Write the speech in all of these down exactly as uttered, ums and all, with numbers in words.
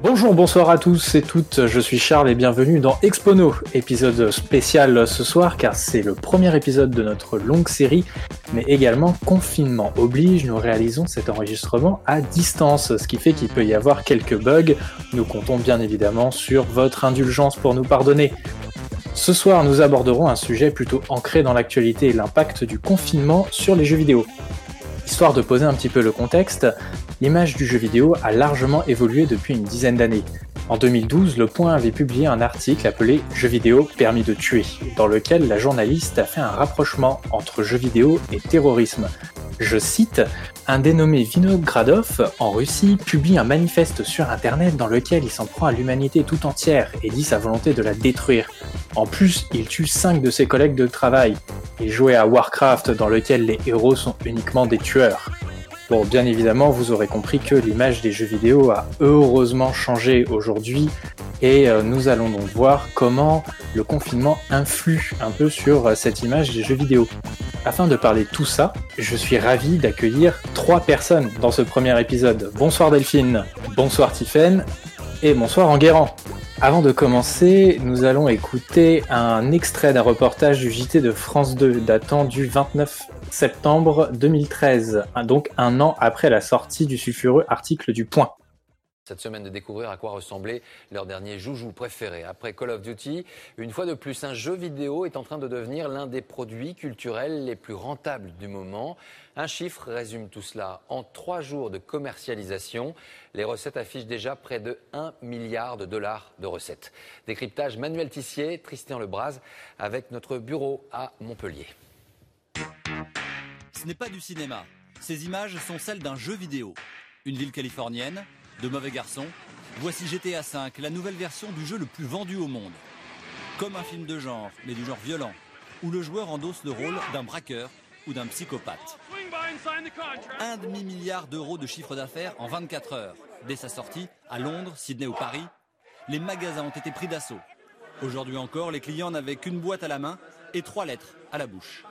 Bonjour, bonsoir à tous et toutes, je suis Charles et bienvenue dans Expono, épisode spécial ce soir car c'est le premier épisode de notre longue série, mais également confinement oblige, nous réalisons cet enregistrement à distance, ce qui fait qu'il peut y avoir quelques bugs, nous comptons bien évidemment sur votre indulgence pour nous pardonner. Ce soir, nous aborderons un sujet plutôt ancré dans l'actualité, l'impact du confinement sur les jeux vidéo. Histoire de poser un petit peu le contexte, l'image du jeu vidéo a largement évolué depuis une dizaine d'années. En deux mille douze, Le Point avait publié un article appelé « Jeux vidéo permis de tuer », dans lequel la journaliste a fait un rapprochement entre jeux vidéo et terrorisme. Je cite, « Un dénommé Vinogradov, en Russie, publie un manifeste sur internet dans lequel il s'en prend à l'humanité tout entière et dit sa volonté de la détruire. En plus, il tue cinq de ses collègues de travail. Il jouait à Warcraft dans lequel les héros sont uniquement des tueurs. » Bon, bien évidemment, vous aurez compris que l'image des jeux vidéo a heureusement changé aujourd'hui et euh, nous allons donc voir comment le confinement influe un peu sur euh, cette image des jeux vidéo. Afin de parler de tout ça, je suis ravi d'accueillir trois personnes dans ce premier épisode. Bonsoir Delphine, bonsoir Tiffaine et bonsoir Enguerrand. Avant de commencer, nous allons écouter un extrait d'un reportage du J T de France deux datant du vingt-neuf septembre deux mille treize, donc un an après la sortie du sulfureux article du Point. Cette semaine de découvrir à quoi ressemblait leur dernier joujou préféré. Après Call of Duty, une fois de plus, un jeu vidéo est en train de devenir l'un des produits culturels les plus rentables du moment. Un chiffre résume tout cela. En trois jours de commercialisation, les recettes affichent déjà près de un milliard de dollars de recettes. Décryptage Manuel Tissier, Tristan Lebras, avec notre bureau à Montpellier. Ce n'est pas du cinéma. Ces images sont celles d'un jeu vidéo. Une ville californienne, de mauvais garçons. Voici G T A cinq, la nouvelle version du jeu le plus vendu au monde. Comme un film de genre, mais du genre violent, où le joueur endosse le rôle d'un braqueur ou d'un psychopathe. Un demi-milliard d'euros de chiffre d'affaires en vingt-quatre heures. Dès sa sortie, à Londres, Sydney ou Paris, les magasins ont été pris d'assaut. Aujourd'hui encore, les clients n'avaient qu'une boîte à la main et trois lettres à la bouche.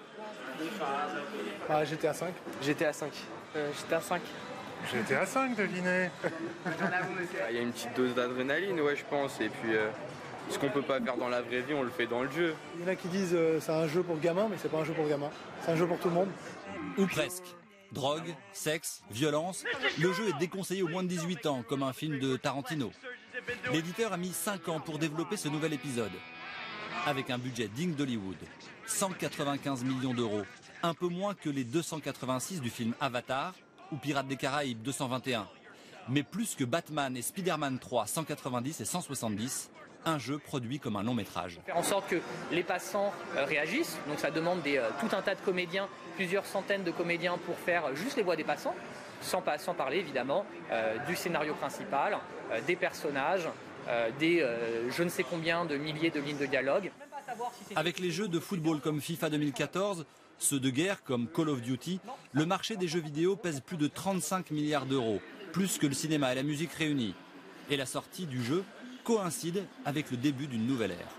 Ah, G T A cinq. G T A cinq. Euh, G T A cinq. G T A cinq, devinez. Il y a une petite dose d'adrénaline, ouais, je pense. Et puis, euh, ce qu'on peut pas faire dans la vraie vie, on le fait dans le jeu. Il y en a qui disent euh, c'est un jeu pour gamins, mais c'est pas un jeu pour gamins. C'est un jeu pour tout le monde. Ou presque. Drogue, sexe, violence. Le jeu est déconseillé aux moins de dix-huit ans, comme un film de Tarantino. L'éditeur a mis cinq ans pour développer ce nouvel épisode. Avec un budget digne d'Hollywood. cent quatre-vingt-quinze millions d'euros. Un peu moins que les deux cent quatre-vingt-six du film Avatar ou Pirates des Caraïbes deux cent vingt et un. Mais plus que Batman et Spider-Man trois, cent quatre-vingt-dix et cent soixante-dix, un jeu produit comme un long métrage. Faire en sorte que les passants euh, réagissent, donc ça demande des, euh, tout un tas de comédiens, plusieurs centaines de comédiens pour faire juste les voix des passants, sans, pas, sans parler évidemment euh, du scénario principal, euh, des personnages, euh, des euh, je ne sais combien de milliers de lignes de dialogue. Avec les jeux de football comme FIFA deux mille quatorze, ceux de guerre comme Call of Duty, le marché des jeux vidéo pèse plus de trente-cinq milliards d'euros, plus que le cinéma et la musique réunis. Et la sortie du jeu coïncide avec le début d'une nouvelle ère.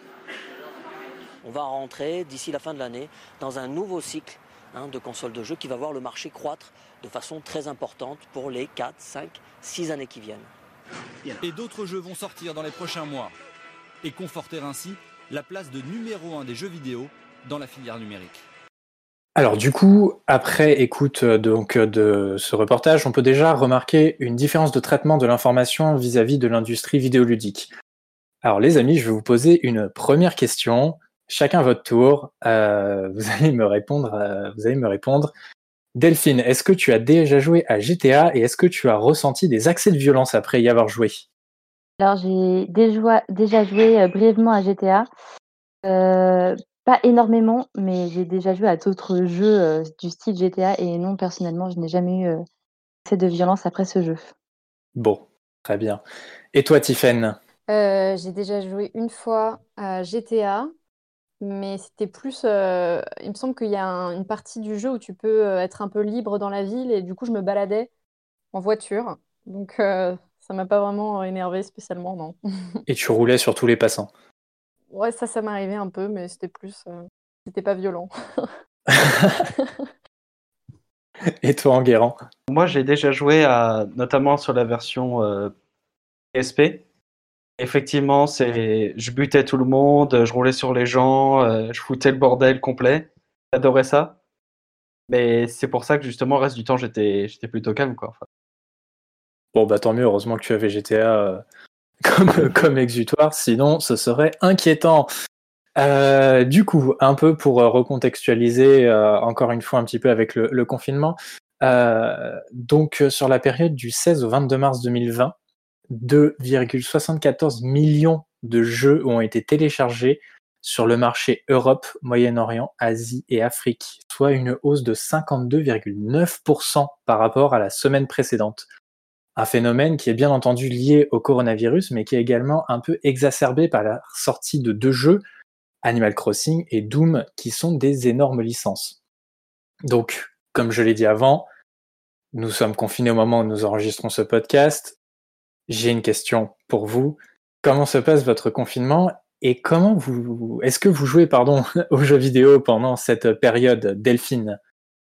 On va rentrer d'ici la fin de l'année dans un nouveau cycle hein, de consoles de jeux qui va voir le marché croître de façon très importante pour les quatre, cinq, six années qui viennent. Et d'autres jeux vont sortir dans les prochains mois et conforter ainsi la place de numéro un des jeux vidéo dans la filière numérique. Alors du coup, après écoute donc de ce reportage, on peut déjà remarquer une différence de traitement de l'information vis-à-vis de l'industrie vidéoludique. Alors les amis, je vais vous poser une première question, chacun votre tour. Euh, vous allez me répondre. Euh, vous allez me répondre. Delphine, est-ce que tu as déjà joué à G T A et est-ce que tu as ressenti des accès de violence après y avoir joué ? Alors j'ai déjà, déjà joué euh, brièvement à G T A. Euh, Pas énormément, mais j'ai déjà joué à d'autres jeux euh, du style G T A et non, personnellement, je n'ai jamais eu euh, assez de violence après ce jeu. Bon, très bien. Et toi, Tiffaine ? Euh, j'ai déjà joué une fois à G T A, mais c'était plus... euh, il me semble qu'il y a un- une partie du jeu où tu peux euh, être un peu libre dans la ville et du coup, je me baladais en voiture. Donc, euh, ça m'a pas vraiment énervé spécialement, non. Et tu roulais sur tous les passants. Ouais, ça, ça m'arrivait un peu, mais c'était plus... euh, C'était pas violent. Et toi, Enguerrand ? Moi, j'ai déjà joué à, notamment sur la version euh, S P. Effectivement, c'est, je butais tout le monde, je roulais sur les gens, euh, je foutais le bordel complet. J'adorais ça. Mais c'est pour ça que justement, le reste du temps, j'étais, j'étais plutôt calme, quoi. Enfin, Bon, bah tant mieux, heureusement que tu avais G T A euh, comme, comme exutoire, sinon ce serait inquiétant. Euh, du coup, un peu pour euh, recontextualiser, euh, encore une fois un petit peu avec le, le confinement, euh, donc euh, sur la période du seize au vingt-deux mars deux mille vingt, deux virgule soixante-quatorze millions de jeux ont été téléchargés sur le marché Europe, Moyen-Orient, Asie et Afrique, soit une hausse de cinquante-deux virgule neuf pour cent par rapport à la semaine précédente. Un phénomène qui est bien entendu lié au coronavirus, mais qui est également un peu exacerbé par la sortie de deux jeux, Animal Crossing et Doom, qui sont des énormes licences. Donc, comme je l'ai dit avant, nous sommes confinés au moment où nous enregistrons ce podcast. J'ai une question pour vous. Comment se passe votre confinement et comment vous, est-ce que vous jouez, pardon, aux jeux vidéo pendant cette période, Delphine?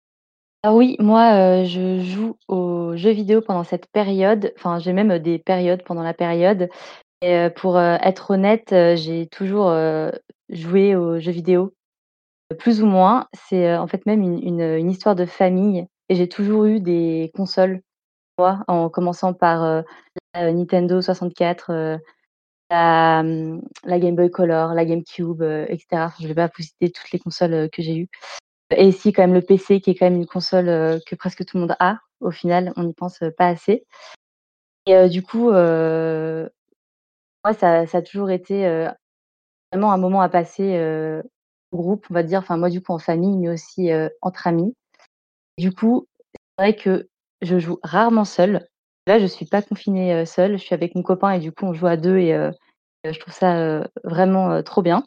Ah oui, moi, heu, je joue aux jeux vidéo pendant cette période. Enfin, j'ai même, heu, des périodes pendant la période et heu, pour, heu, être honnête, heu, j'ai toujours, heu, joué aux jeux vidéo, plus ou moins. C'est, heu, en fait même une une, une histoire de famille et j'ai toujours eu des consoles, moi, en commençant par, heu, la Nintendo soixante-quatre, heu, la, mmh, la Game Boy Color, la GameCube, heu, et cetera. Je vais pas vous citer toutes les consoles, heu, que j'ai eues. Et si quand même le P C qui est quand même une console, heu, que presque tout le monde a, au final, on n'y pense, heu, pas assez et heu, du coup, heu, moi ça ça a toujours été, heu, vraiment un moment à passer, heu, en groupe, on va dire, enfin moi du coup en famille, mais aussi, heu, entre amis. Du coup, c'est vrai que je joue rarement seule. Là, je suis pas confinée, heu, seule, je suis avec mon copain et du coup on joue à deux et heu, je trouve ça, heu, vraiment, heu, trop bien.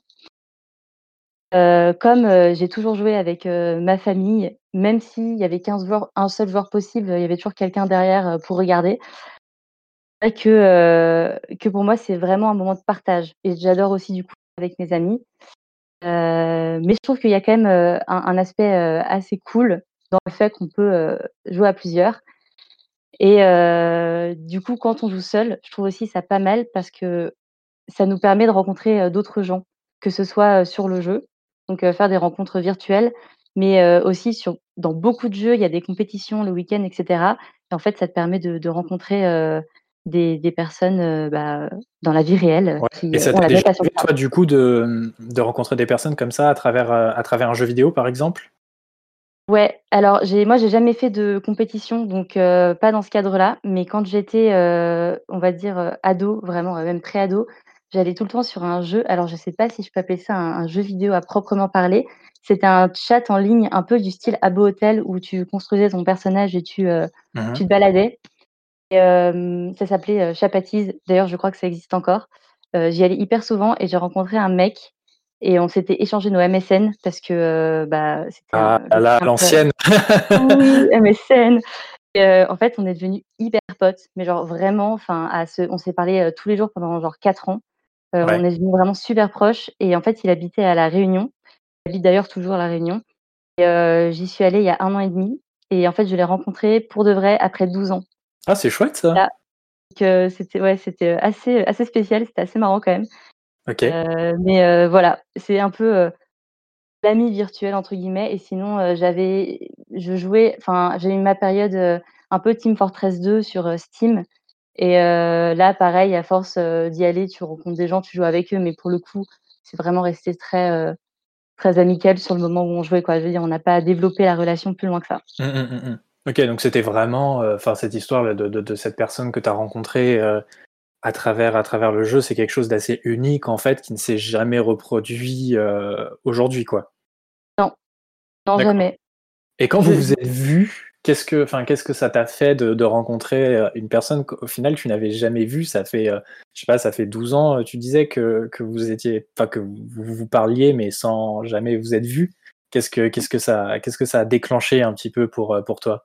Heu, comme, heu, j'ai toujours joué avec, heu, ma famille, même s'il y avait quinze joueurs, un seul joueur possible, il y avait toujours quelqu'un derrière, heu, pour regarder. C'est vrai que, heu, que pour moi, c'est vraiment un moment de partage et j'adore aussi du coup avec mes amis. Heu, mais je trouve qu'il y a quand même, heu, un un aspect, heu, assez cool dans le fait qu'on peut, heu, jouer à plusieurs et heu, du coup, quand on joue seul, je trouve aussi ça pas mal parce que ça nous permet de rencontrer, heu, d'autres gens, que ce soit, heu, sur le jeu, donc heu, faire des rencontres virtuelles, mais heu, aussi sur dans beaucoup de jeux, il y a des compétitions le week-end et cetera et en fait, ça te permet de de rencontrer, heu, des des personnes, heu, bah, dans la vie réelle Ouais. qui, Et heu, ça ont t'est la même déjà passion arrivé, que moi. toi, du coup, de, mmh, de rencontrer des personnes comme ça à travers, heu, à travers un jeu vidéo, par exemple? Ouais, alors j'ai moi, j'ai jamais fait de compétition, donc heu, pas dans ce cadre-là, mais quand j'étais, heu, on va dire, heu, ado, vraiment, heu, même pré-ado, j'allais tout le temps sur un jeu. Alors je sais pas si je peux appeler ça un un jeu vidéo à proprement parler. C'était un chat en ligne un peu du style Habbo Hotel où tu construisais ton personnage et tu, heu, Mmh tu mh. te baladais et hem, ça s'appelait, heu, Chapatise. D'ailleurs, je crois que ça existe encore. Heu, j'y allais hyper souvent et j'ai rencontré un mec et on s'était échangé nos M S N parce que, heu, bah, c'était Ah un là le là, simple, l'ancienne! oui, M S N et heu, en fait, on est devenus hyper potes, mais genre vraiment, enfin, à se on s'est parlé, heu, tous les jours pendant genre quatre ans. Heu, on Ouais. est devenus vraiment super proches et en fait, il habitait à La Réunion. Il habite d'ailleurs toujours à La Réunion et heu, j'y suis allée il y a un an et demi et en fait, je l'ai rencontré pour de vrai après douze ans. Ah, c'est chouette ça! Là, donc heu, c'était ouais, c'était, heu, assez, assez spécial, c'était assez marrant quand même. OK. Heu, mais heu, voilà, c'est un peu, heu, «l'ami virtuel» entre guillemets et sinon, heu, j'avais je jouais enfin, j'ai eu ma période, heu, un peu Team Fortress deux sur, heu, Steam et heu, là pareil à force, heu, d'y aller, tu rencontres des gens, tu joues avec eux, mais pour le coup, c'est vraiment resté très, heu, très amical sur le moment où on jouait, quoi. Je veux dire, on n'a pas développé la relation plus loin que ça. Mmh mh, mmh mh. OK, donc c'était vraiment, heu, enfin cette histoire-là de de de cette personne que tu as rencontrée, heu, à travers à travers le jeu, c'est quelque chose d'assez unique en fait, qui ne s'est jamais reproduit, heu, aujourd'hui, quoi? Non, non D'accord. jamais. Et quand vous Je vous je êtes vus, qu'est-ce que enfin, qu'est-ce que ça t'a fait de de rencontrer, heu, une personne qu'au final tu n'avais jamais vue? Ça fait, heu, je sais pas, ça fait douze ans, heu, tu disais que que vous étiez enfin que vous vous parliez mais sans jamais vous être vus. Qu'est-ce que qu'est-ce que ça qu'est-ce que ça a déclenché un petit peu pour, heu, pour toi?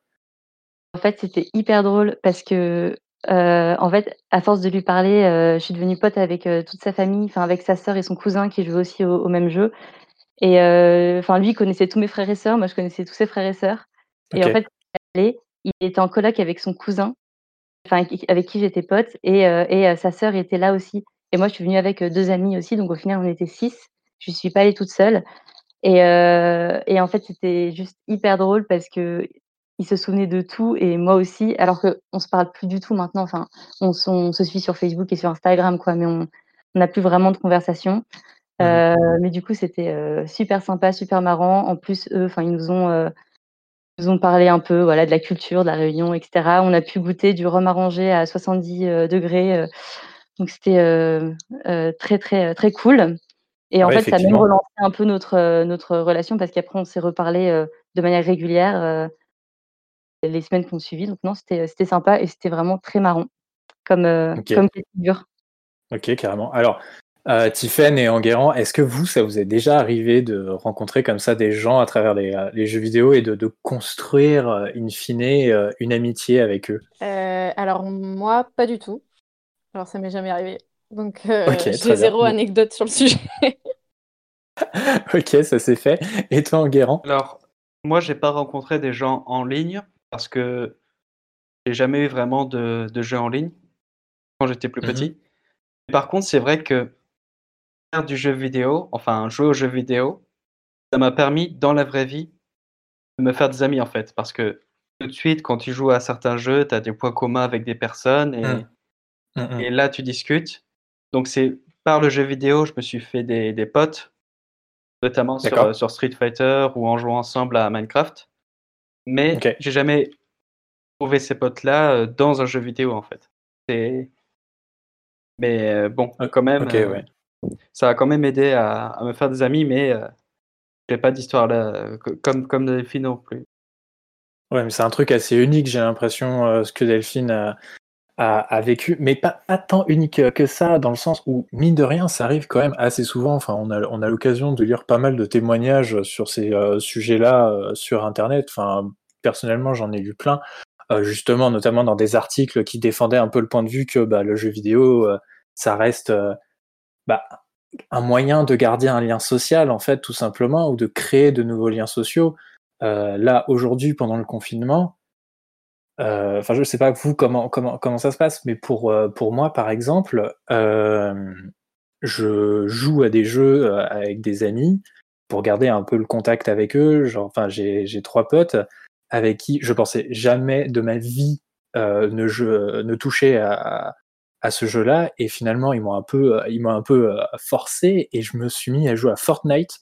En fait, c'était hyper drôle parce que, heu, en fait, à force de lui parler, heu, je suis devenue pote avec, heu, toute sa famille, enfin avec sa sœur et son cousin qui jouaient aussi au au même jeu et heu, enfin lui, il connaissait tous mes frères et sœurs, moi je connaissais tous ses frères et sœurs et en OK. fait, il était en coloc avec son cousin enfin qui avec qui j'étais pote et heu et heu, sa sœur était là aussi et moi je suis venue avec, heu, deux amis aussi donc au final on était six. Je suis pas allée toute seule et heu et en fait c'était juste hyper drôle parce qu'il se souvenait de tout et moi aussi alors qu'on se parle plus du tout maintenant, enfin on se on se suit sur Facebook et sur Instagram quoi, mais on on n'a plus vraiment de conversation. Mmh mh. Heu, mais du coup c'était, heu, super sympa, super marrant. En plus eux, enfin ils nous ont, heu, ils nous ont parlé un peu, voilà, de la culture de la Réunion et cetera. On a pu goûter du rhum arrangé à soixante-dix, heu, degrés, heu, donc c'était, heu heu, très, très, très cool et en Ouais, fait ça a même effectivement. relancé un peu notre, heu, notre relation parce qu'après on s'est reparlé, heu, de manière régulière, heu, les semaines qui ont suivi donc non c'était, heu, c'était sympa et c'était vraiment très marrant comme, heu, OK. comme cas de figure. OK, carrément. Alors, heu, Tiphaine et Enguerrand, est-ce que vous, ça vous est déjà arrivé de rencontrer comme ça des gens à travers les, heu, les jeux vidéo et de de construire, heu, in fine, heu, une amitié avec eux? Heu, alors moi, pas du tout. Alors ça m'est jamais arrivé. Donc heu, OK, j'ai très bien. zéro Bon. anecdote sur le sujet. OK, ça c'est fait et toi Enguerrand? Alors, moi j'ai pas rencontré des gens en ligne parce que j'ai jamais eu vraiment de de jeux en ligne quand j'étais plus Mmh mh. petit. Par contre, c'est vrai que faire du jeu vidéo, enfin jouer aux jeux vidéo, ça m'a permis dans la vraie vie de me faire des amis en fait. Parce que tout de suite quand tu joues à certains jeux, tu as des points communs avec des personnes Mmh. et Mmh et mh. là tu discutes. Donc c'est par le jeu vidéo, je me suis fait des des potes, notamment sur, heu, D'accord. sur Street Fighter ou en jouant ensemble à Minecraft. Mais OK. j'ai jamais trouvé ces potes-là, heu, dans un jeu vidéo en fait. C'est mais heu, bon, O quand même, OK, heu, ouais. ça a quand même aidé à à me faire des amis, mais heu, j'ai pas d'histoire là, heu, co comme comme Delphine non plus. Ouais, mais c'est un truc assez unique, j'ai l'impression, heu, ce que Delphine a a a vécu, mais pas pas tant unique, heu, que ça, dans le sens où, mine de rien, ça arrive quand même assez souvent. Enfin, on a l on a l'occasion de lire pas mal de témoignages sur ces, heu, sujets-là, heu, sur internet. Enfin, personnellement, j'en ai lu plein, heu, justement, notamment dans des articles qui défendaient un peu le point de vue que, bah, le jeu vidéo, heu, ça reste, heu, bah, un moyen de garder un lien social, en fait, tout simplement, ou de créer de nouveaux liens sociaux. Heu, là, aujourd'hui, pendant le confinement, heu, enfin, je sais pas vous comment comment comment ça se passe, mais pour, heu, pour moi, par exemple, hem, je joue à des jeux, heu, avec des amis pour garder un peu le contact avec eux. Genre, enfin, j'ai j'ai trois potes avec qui je pensais jamais de ma vie, heu, ne je ne toucher à à ce jeu-là et finalement, ils m'ont un peu, heu, ils m'ont un peu, heu, forcé et je me suis mis à jouer à Fortnite.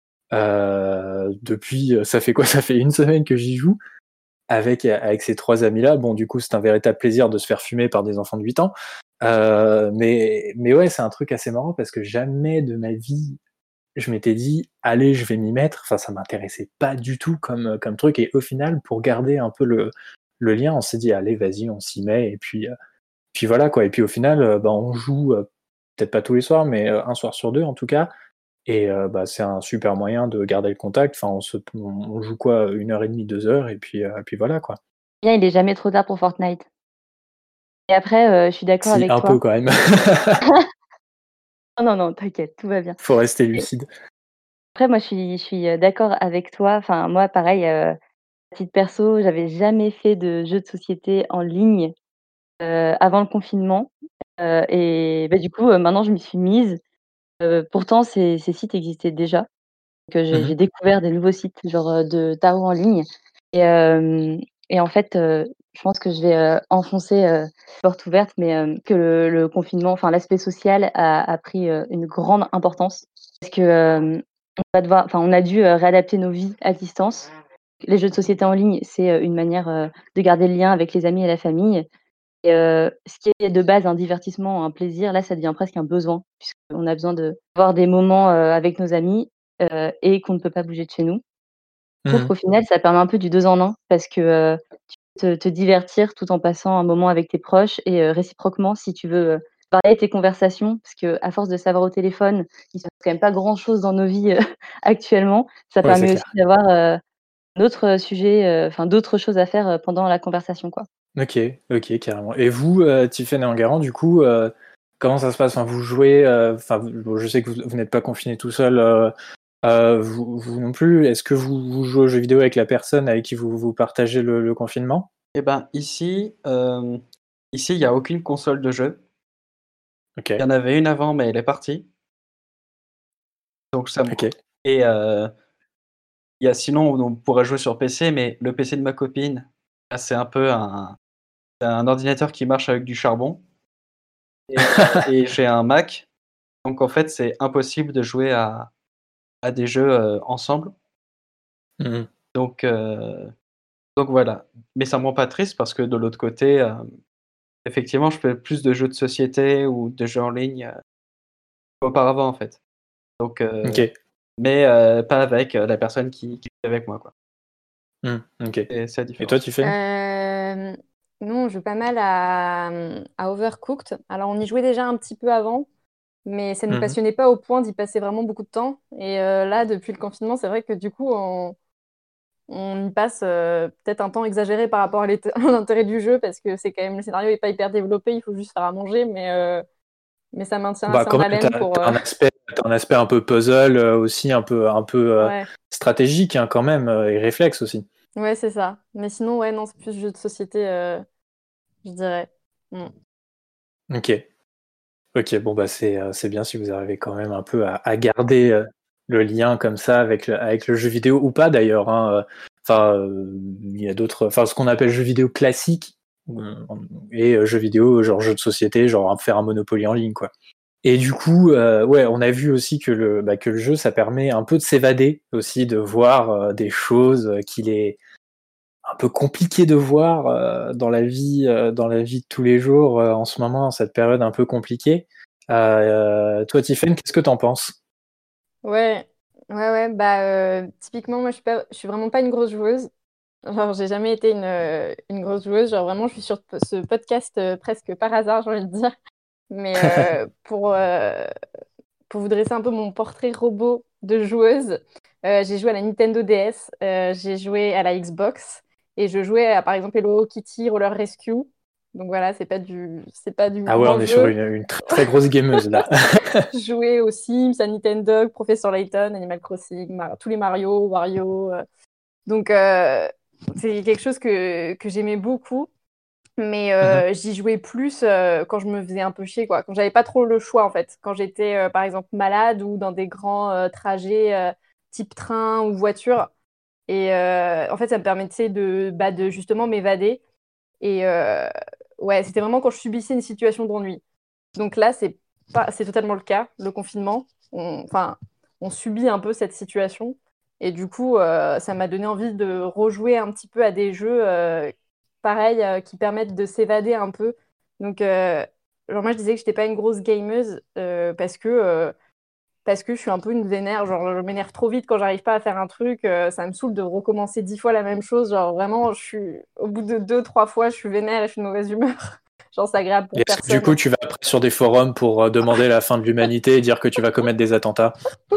Heu, depuis, heu, ça fait quoi? Ça fait une semaine que j'y joue avec, heu, avec ces trois amis-là. Bon, du coup, c'est un véritable plaisir de se faire fumer par des enfants de huit ans. Heu, mais mais ouais, c'est un truc assez marrant parce que jamais de ma vie, je m'étais dit: «Allez, je vais m'y mettre». Enfin, ça m'intéressait pas du tout comme, heu, comme truc et au final, pour garder un peu le le lien, on s'est dit: «Allez, vas-y, on s'y met» et puis, heu, puis voilà, quoi et puis au final, heu, bah, on joue, heu, peut-être pas tous les soirs, mais, heu, un soir sur deux en tout cas et heu, bah, c'est un super moyen de garder le contact. Enfin, on se p on on joue quoi? une heure et demie, deux heures et puis, heu, puis voilà, quoi. Bien, il est jamais trop tard pour Fortnite. Et après, heu, je suis d'accord Si, avec un peu toi. quand même. Non, non, non, t'inquiète, tout va bien. Faut rester Et lucide. après moi je suis je suis, heu, d'accord avec toi. Enfin, moi pareil, heu, à titre perso, j'avais jamais fait de jeux de société en ligne, heu, avant le confinement, heu et bah, du coup, heu, maintenant je m'y suis mise. Heu, pourtant ces ces sites existaient déjà, que Mmh j'ai j'ai mh. découvert des nouveaux sites genre, heu, de tarot en ligne et hem et en fait, heu, je pense que je vais, heu, enfoncer, heu, porte ouverte, mais hem, que le le confinement, enfin l'aspect social a a pris, heu, une grande importance parce que, hem, on va devoir enfin on a dû, heu, réadapter nos vies à distance. Les jeux de société en ligne, c'est, heu, une manière, heu, de garder le lien avec les amis et la famille et heu, ce qui est de base un divertissement, un plaisir, là, ça devient presque un besoin puisqu'on a besoin d'avoir des moments, heu, avec nos amis, heu et qu'on ne peut pas bouger de chez nous. Je Mmh trouve mh. qu'au final, ça permet un peu du deux en un parce que, heu, tu peux te te divertir tout en passant un moment avec tes proches et heu, réciproquement si tu veux, heu, varier tes conversations parce qu'à force de s'avoir au téléphone, il se passe quand même pas grand chose dans nos vies, heu, actuellement. Ça Ouais, c'est permet aussi clair. d'avoir, heu, d'autres sujets, heu, enfin d'autres choses à faire, heu, pendant la conversation, quoi. OK, OK, carrément et vous, heu, Tiphaine et Enguerrand, du coup, heu, comment ça se passe? Enfin, vous jouez, heu, enfin, vous bon, je sais que vous vous n'êtes pas confinés tout seuls, heu heu, vous vous non plus. Est-ce que vous vous jouez aux jeux vidéo avec la personne avec qui vous vous partagez le le confinement? Et ben, ici, hem Ici, il y a aucune console de jeu. OK. Il y en avait une avant, mais elle est partie. Donc ça me OK. et heu, il y a sinon, on pourrait jouer sur P C, mais le P C de ma copine, ah, c'est un peu un c'est un ordinateur qui marche avec du charbon et heu et j'ai un Mac, donc en fait, c'est impossible de jouer à à des jeux, heu, ensemble. Mmh mh. Donc heu, donc voilà. Mais ça me rend pas triste parce que de l'autre côté, hem, effectivement, je fais plus de jeux de société ou de jeux en ligne, heu, qu'auparavant, en fait. Donc heu, OK. mais heu, pas avec, heu, la personne qui qui est avec moi, quoi. Mmh, OK. C'est c'est la Et toi, différence. Tiffaine? Hem, nous, on joue pas mal à, mmh, à Overcooked. Alors, on y jouait déjà un petit peu avant, mais ça nous Mmh mh. passionnait pas au point d'y passer vraiment beaucoup de temps. Et heu, là, depuis le confinement, c'est vrai que du coup, on on y passe, heu, peut-être un temps exagéré par rapport à l'ét à l'intérêt du jeu parce que c'est quand même le scénario est pas hyper développé, il faut juste faire à manger, mais heu, mais ça maintient Bah, assez quand en même, tu haleine as pour, tu as heu un aspect tu as un aspect un peu puzzle, heu, aussi un peu un peu, heu, Ouais. stratégique, hein, quand même, heu, et réflexe aussi. Ouais, c'est ça. Mais sinon, ouais, non, c'est plus jeu de société, heu, je dirais. Mmh. OK. OK, bon, bah, c'est, heu, c'est bien si vous arrivez quand même un peu à à garder, heu, le lien comme ça avec le avec le jeu vidéo ou pas d'ailleurs, hein, heu, enfin, heu, il y a d'autres enfin, ce qu'on appelle jeux vidéo classiques, mmh, et heu, jeux vidéo genre jeux de société, genre faire un Monopoly en ligne, quoi. Et du coup, heu, ouais, on a vu aussi que le bah, que le jeu, ça permet un peu de s'évader aussi, de voir, heu, des choses, heu, qu'il est un peu compliqué de voir, heu, dans la vie, heu, dans la vie de tous les jours, heu, en ce moment, dans cette période un peu compliquée. Heu, toi, Tiffaine, qu'est-ce que tu en penses? Ouais, ouais, ouais, bah, heu, typiquement, moi, je suis pas je suis vraiment pas une grosse joueuse. Genre, j'ai jamais été une, heu, une grosse joueuse. Genre, vraiment, je suis sur p ce podcast, heu, presque par hasard, j'ai envie de dire. Mais heu, pour, heu, pour vous dresser un peu mon portrait robot de joueuse, heu, j'ai joué à la Nintendo D S, heu, j'ai joué à la Xbox et je jouais à, par exemple, Hello Kitty Roller Rescue. Donc voilà, c'est pas du c'est pas du Ah ouais, on grand est sur jeu. une une très, très grosse gameuse, là. Je jouais aux Sims, à Nintendog, Professor Layton, Animal Crossing, Mar tous les Mario, Wario, heu, donc heu, c'est quelque chose que que j'aimais beaucoup. Mais Mmh mh. heu, j'y jouais plus, heu, quand je me faisais un peu chier, quoi. Quand j'avais pas trop le choix, en fait. Quand j'étais, heu, par exemple, malade ou dans des grands, heu, trajets, heu, type train ou voiture et heu, en fait, ça me permettait de, bah, de justement m'évader et heu, ouais, c'était vraiment quand je subissais une situation d'ennui. Donc là, c'est pas c'est totalement le cas, le confinement. On enfin, on subit un peu cette situation et du coup, heu, ça m'a donné envie de rejouer un petit peu à des jeux, heu, pareil, heu, qui permettent de s'évader un peu. Donc heu, genre moi, je disais que j'étais pas une grosse gameuse, heu, parce que, heu, parce que je suis un peu une vénère. Genre, je m'énerve trop vite quand j'arrive pas à faire un truc, heu, ça me saoule de recommencer dix fois la même chose. Genre vraiment, je suis au bout de deux trois fois, je suis vénère et je suis de mauvaise humeur. Genre, c'est agréable Et pour est-ce que du personne. coup, tu vas après sur des forums pour, heu, demander la fin de l'humanité et dire que tu vas commettre des attentats?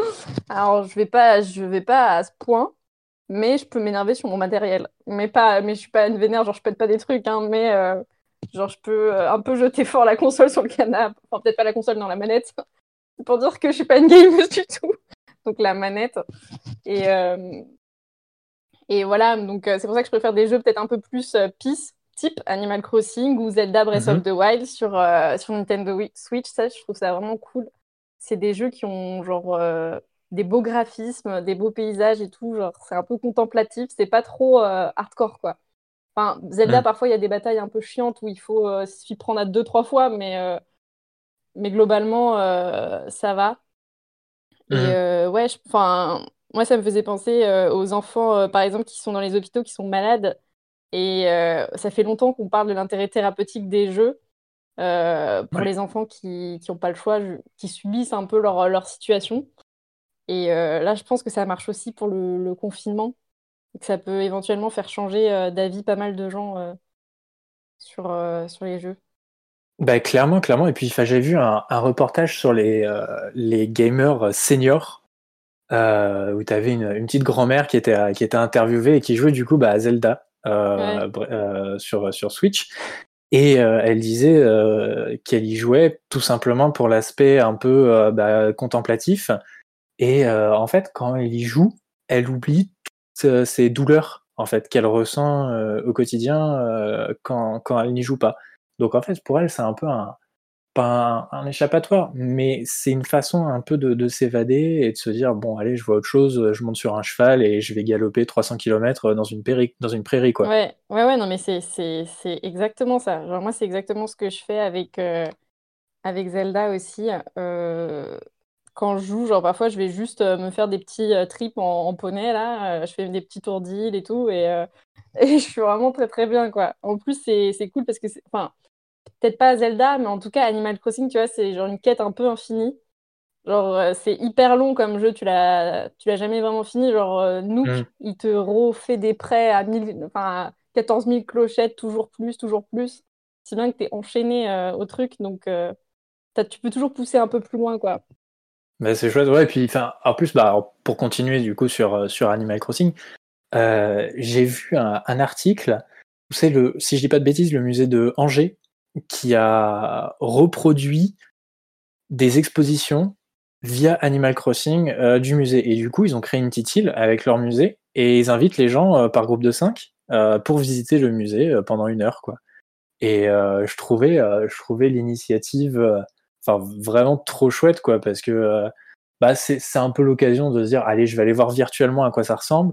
Alors, je vais pas je vais pas à ce point, mais je peux m'énerver sur mon matériel. Mais pas mais je suis pas une vénère, genre je pète pas des trucs, hein, mais heu, genre je peux, heu, un peu jeter fort la console sur le canap'. Enfin, peut-être pas la console, non, la manette. Pour dire que je suis pas une gameuse du tout. Donc la manette et hem et voilà, donc heu, c'est pour ça que je préfère des jeux peut-être un peu plus, heu, peace, type Animal Crossing ou Zelda Breath Mmh of mh. the Wild sur, heu, sur Nintendo Wi Switch. Ça, je trouve ça vraiment cool. C'est des jeux qui ont genre, heu, des beaux graphismes, des beaux paysages et tout, genre c'est un peu contemplatif, c'est pas trop, heu, hardcore, quoi. Enfin, Zelda, Mmh. parfois, il y a des batailles un peu chiantes où il faut, heu, s'y prendre à deux trois fois, mais heu, mais globalement, heu, ça va. Mmh Et mh. heu, ouais, j enfin, moi, ça me faisait penser, heu, aux enfants, heu, par exemple, qui sont dans les hôpitaux, qui sont malades et heu, ça fait longtemps qu'on parle de l'intérêt thérapeutique des jeux, heu, pour Ouais. les enfants qui qui ont pas le choix, ju qui subissent un peu leur, leur situation et heu, là, je pense que ça marche aussi pour le le confinement et que ça peut éventuellement faire changer, heu, d'avis pas mal de gens, heu, sur, heu, sur les jeux. Bah, clairement, clairement et puis enfin, j'ai vu un un reportage sur les, heu, les gamers seniors, heu, où tu avais une une petite grand-mère qui était, heu, qui était interviewée et qui jouait du coup, bah, à Zelda, Ouais. heu, bre heu, sur, sur Switch et heu, elle disait, heu, qu'elle y jouait tout simplement pour l'aspect un peu, heu, bah, contemplatif et heu, en fait, quand elle y joue, elle oublie toutes ses douleurs, en fait, qu'elle ressent, heu, au quotidien, heu, quand quand elle n'y joue pas. Donc en fait, pour elle, c'est un peu un pas un un échappatoire, mais c'est une façon un peu de de s'évader et de se dire: «Bon allez, je vois autre chose, heu, je monte sur un cheval et je vais galoper trois cents kilomètres, dans une péri dans une prairie, quoi». Ouais, ouais, ouais, non, mais c'est c'est c'est exactement ça. Genre moi, c'est exactement ce que je fais avec, heu, avec Zelda aussi, heu, quand je joue, genre parfois je vais juste, heu, me faire des petits, heu, trips en en poney là, heu, je fais des petits tours d'île et tout et heu et je suis vraiment très, très bien, quoi. En plus, c'est c'est cool parce que c'est enfin, peut-être pas Zelda, mais en tout cas Animal Crossing, tu vois, c'est genre une quête un peu infinie. Genre, heu, c'est hyper long comme jeu, tu l'as tu l'as jamais vraiment fini. Genre, heu, Nook, Mmh. il te refait des prêts à mille enfin à quatorze mille clochettes, toujours plus, toujours plus. Si bien que tu es enchaîné, heu, au truc donc heu, tu as tu peux toujours pousser un peu plus loin, quoi. Bah, c'est chouette, ouais, et puis enfin, en plus, bah, alors, pour continuer du coup sur, heu, sur Animal Crossing, heu, j'ai vu un un article, c'est le si je dis pas de bêtises, le musée de Angers qui a reproduit des expositions via Animal Crossing, heu, du musée et du coup, ils ont créé une petite île avec leur musée et ils invitent les gens, heu, par groupe de cinq, heu, pour visiter le musée, heu, pendant une heure, quoi et heu, je trouvais, heu, je trouvais l'initiative, heu, enfin vraiment trop chouette, quoi, parce que, heu, bah, c'est c'est un peu l'occasion de se dire: «Allez, je vais aller voir virtuellement à quoi ça ressemble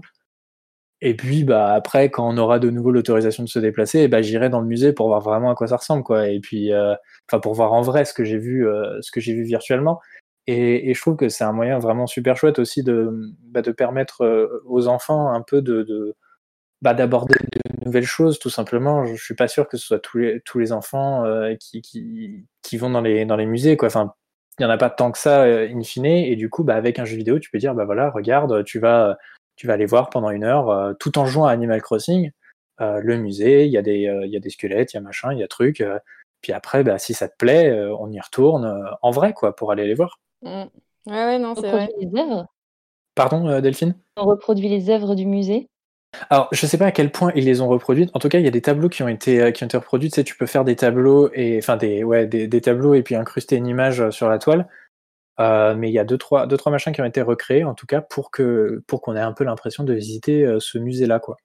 et puis, bah, après quand on aura de nouveau l'autorisation de se déplacer et bah, j'irai dans le musée pour voir vraiment à quoi ça ressemble, quoi» et puis, heu, enfin pour voir en vrai ce que j'ai vu, heu, ce que j'ai vu virtuellement et et je trouve que c'est un moyen vraiment super chouette aussi de, mmh, bah, de permettre, heu, aux enfants un peu de de bah, d'aborder de nouvelles choses tout simplement. Je je suis pas sûr que ce soit tous les tous les enfants, heu, qui qui qui vont dans les dans les musées, quoi. Enfin, il y en a pas tant que ça, heu, in fine et du coup, bah, avec un jeu vidéo, tu peux dire: «Bah, voilà, regarde, tu vas, tu vas aller voir pendant une heure, heu, tout en jouant à Animal Crossing, heu, le musée, il y a des, heu, il y a des squelettes, il y a machin, il y a truc, heu, puis après, bah, si ça te plaît, heu, on y retourne, heu, en vrai, quoi, pour aller les voir». Mmh. Ouais, ouais, non, c'est Reproduit vrai. les œuvres? Pardon, heu, Delphine? On reproduit les œuvres du musée? Alors, je sais pas à quel point ils les ont reproduites. En tout cas, il y a des tableaux qui ont été, heu, qui ont été reproduits. Tu sais, tu peux faire des tableaux et enfin des ouais, des des tableaux et puis incruster une image, heu, sur la toile. Heu, mais il y a deux trois deux trois machins qui ont été recréés, en tout cas, pour que pour qu'on ait un peu l'impression de visiter, heu, ce musée-là, quoi.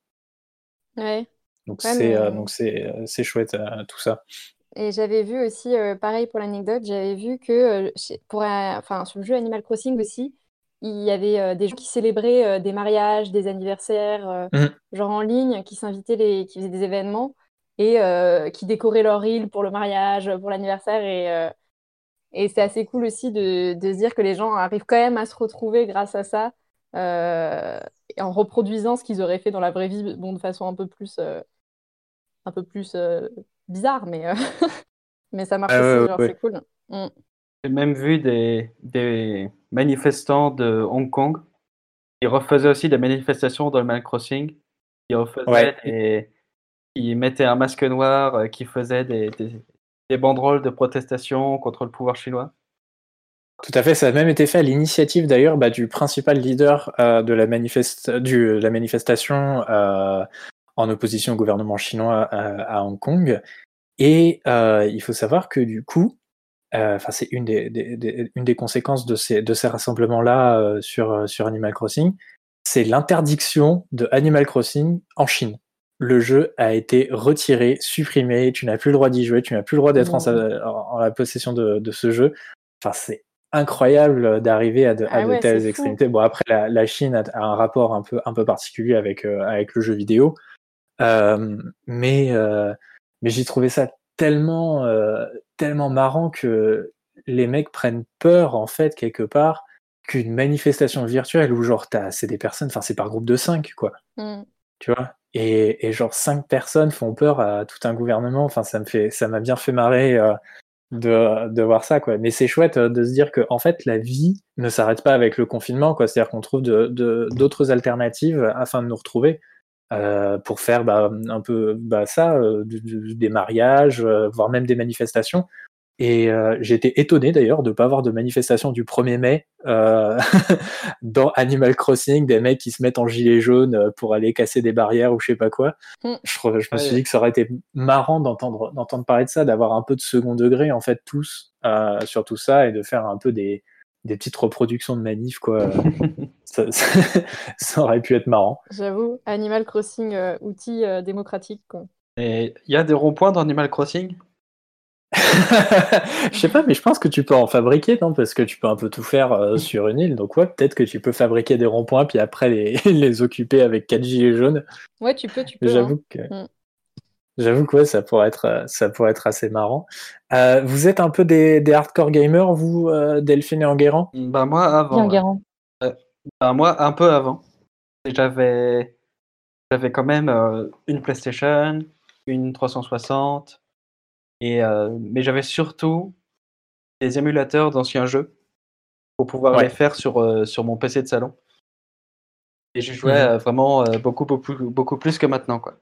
Ouais. Donc Ouais, c'est, heu, mais donc c'est, heu, c'est chouette, heu, tout ça. et j'avais vu aussi, heu, pareil pour l'anecdote, j'avais vu que, heu, chez pour un enfin sur le jeu Animal Crossing aussi, il y avait, heu, des gens qui célébraient, heu, des mariages, des anniversaires, heu, Mmh. genre en ligne, qui s'invitaient les qui faisaient des événements et heu, qui décoraient leur île pour le mariage, pour l'anniversaire et heu et c'est assez cool aussi de de se dire que les gens arrivent quand même à se retrouver grâce à ça, heu et en reproduisant ce qu'ils auraient fait dans la vraie vie, bon de façon un peu plus, heu, un peu plus, heu, bizarre mais heu, mais ça marche Ah ouais, aussi, ouais, genre c'est ouais. cool. Mmh. J'ai même vu des des manifestants de Hong Kong. Ils refaisaient aussi des manifestations dans Animal Crossing. Ils refaisaient Ouais. des ils mettaient un masque noir, heu, qui faisait des des des banderoles de protestation contre le pouvoir chinois. Tout à fait, ça a même été fait à l'initiative d'ailleurs, bah, du principal leader, heu, de la manifest du la manifestation, heu, en opposition au gouvernement chinois, heu, à Hong Kong et heu, il faut savoir que du coup, heu, enfin c'est une des des des une des conséquences de ces de ces rassemblements-là, heu, sur, heu, sur Animal Crossing, c'est l'interdiction de Animal Crossing en Chine. Le jeu a été retiré, supprimé, tu n'as plus le droit d'y jouer, tu n'as plus le droit d'être en sa Non. en en la possession de de ce jeu. Enfin, c'est incroyable, d'arriver à de à Ah de ouais, c'est telles fou. extrémités. Bon après la la Chine a a un rapport un peu un peu particulier avec, heu, avec le jeu vidéo, hem, mais heu, mais j'ai trouvé ça tellement, heu, tellement marrant que les mecs prennent peur, en fait, quelque part, qu'une manifestation virtuelle où genre tu as c'est des personnes, enfin c'est par groupe de cinq, quoi. Mmh. Tu vois? Et et genre cinq personnes font peur à tout un gouvernement, enfin ça me fait ça m'a bien fait marrer, heu, de de voir ça, quoi. Mais c'est chouette, heu, de se dire qu'en fait la vie ne s'arrête pas avec le confinement, quoi. C'est-à-dire qu'on trouve de de d'autres alternatives afin de nous retrouver, heu, pour faire, bah, mmh, un peu, bah, ça, heu, du du des mariages, heu, voire même des manifestations et heu, j'ai été étonné d'ailleurs de pas voir de manifestation du premier mai, heu, dans Animal Crossing, des mecs qui se mettent en gilet jaune, heu, pour aller casser des barrières ou je sais pas quoi. Mmh. Je trouve je me suis Ouais. dit que ça aurait été marrant d'entendre d'entendre parler de ça, d'avoir un peu de second degré, en fait, tous, heu, sur tout ça et de faire un peu des des petites reproductions de manifs, quoi, heu, ça ça ça aurait pu être marrant. J'avoue, Animal Crossing, heu, outil, heu, démocratique, quoi. Et il y a des ronds-points dans Animal Crossing? Je sais pas, mais je pense que tu peux en fabriquer, non? Parce que tu peux un peu tout faire euh, sur une île. Donc ouais, peut-être que tu peux fabriquer des ronds-points, puis après les, les occuper avec quatre gilets jaunes. Ouais, tu peux, tu peux, hein. J'avoue que, Mm. j'avoue que ouais, ça pourrait être, euh, ça pourrait être assez marrant. Euh, vous êtes un peu des, des hardcore gamers, vous, euh, Delphine et Enguerrand? Bah moi Bien, avant, ouais. Guérand. Euh, bah, moi un peu avant. Et J'avais j'avais quand même euh, une PlayStation, une trois cent soixante, et euh, mais j'avais surtout des émulateurs d'anciens jeux pour pouvoir les Ouais. faire sur euh, sur mon P C de salon. Et j'y jouais Mhm. euh, vraiment euh, beaucoup beaucoup beaucoup plus que maintenant, quoi.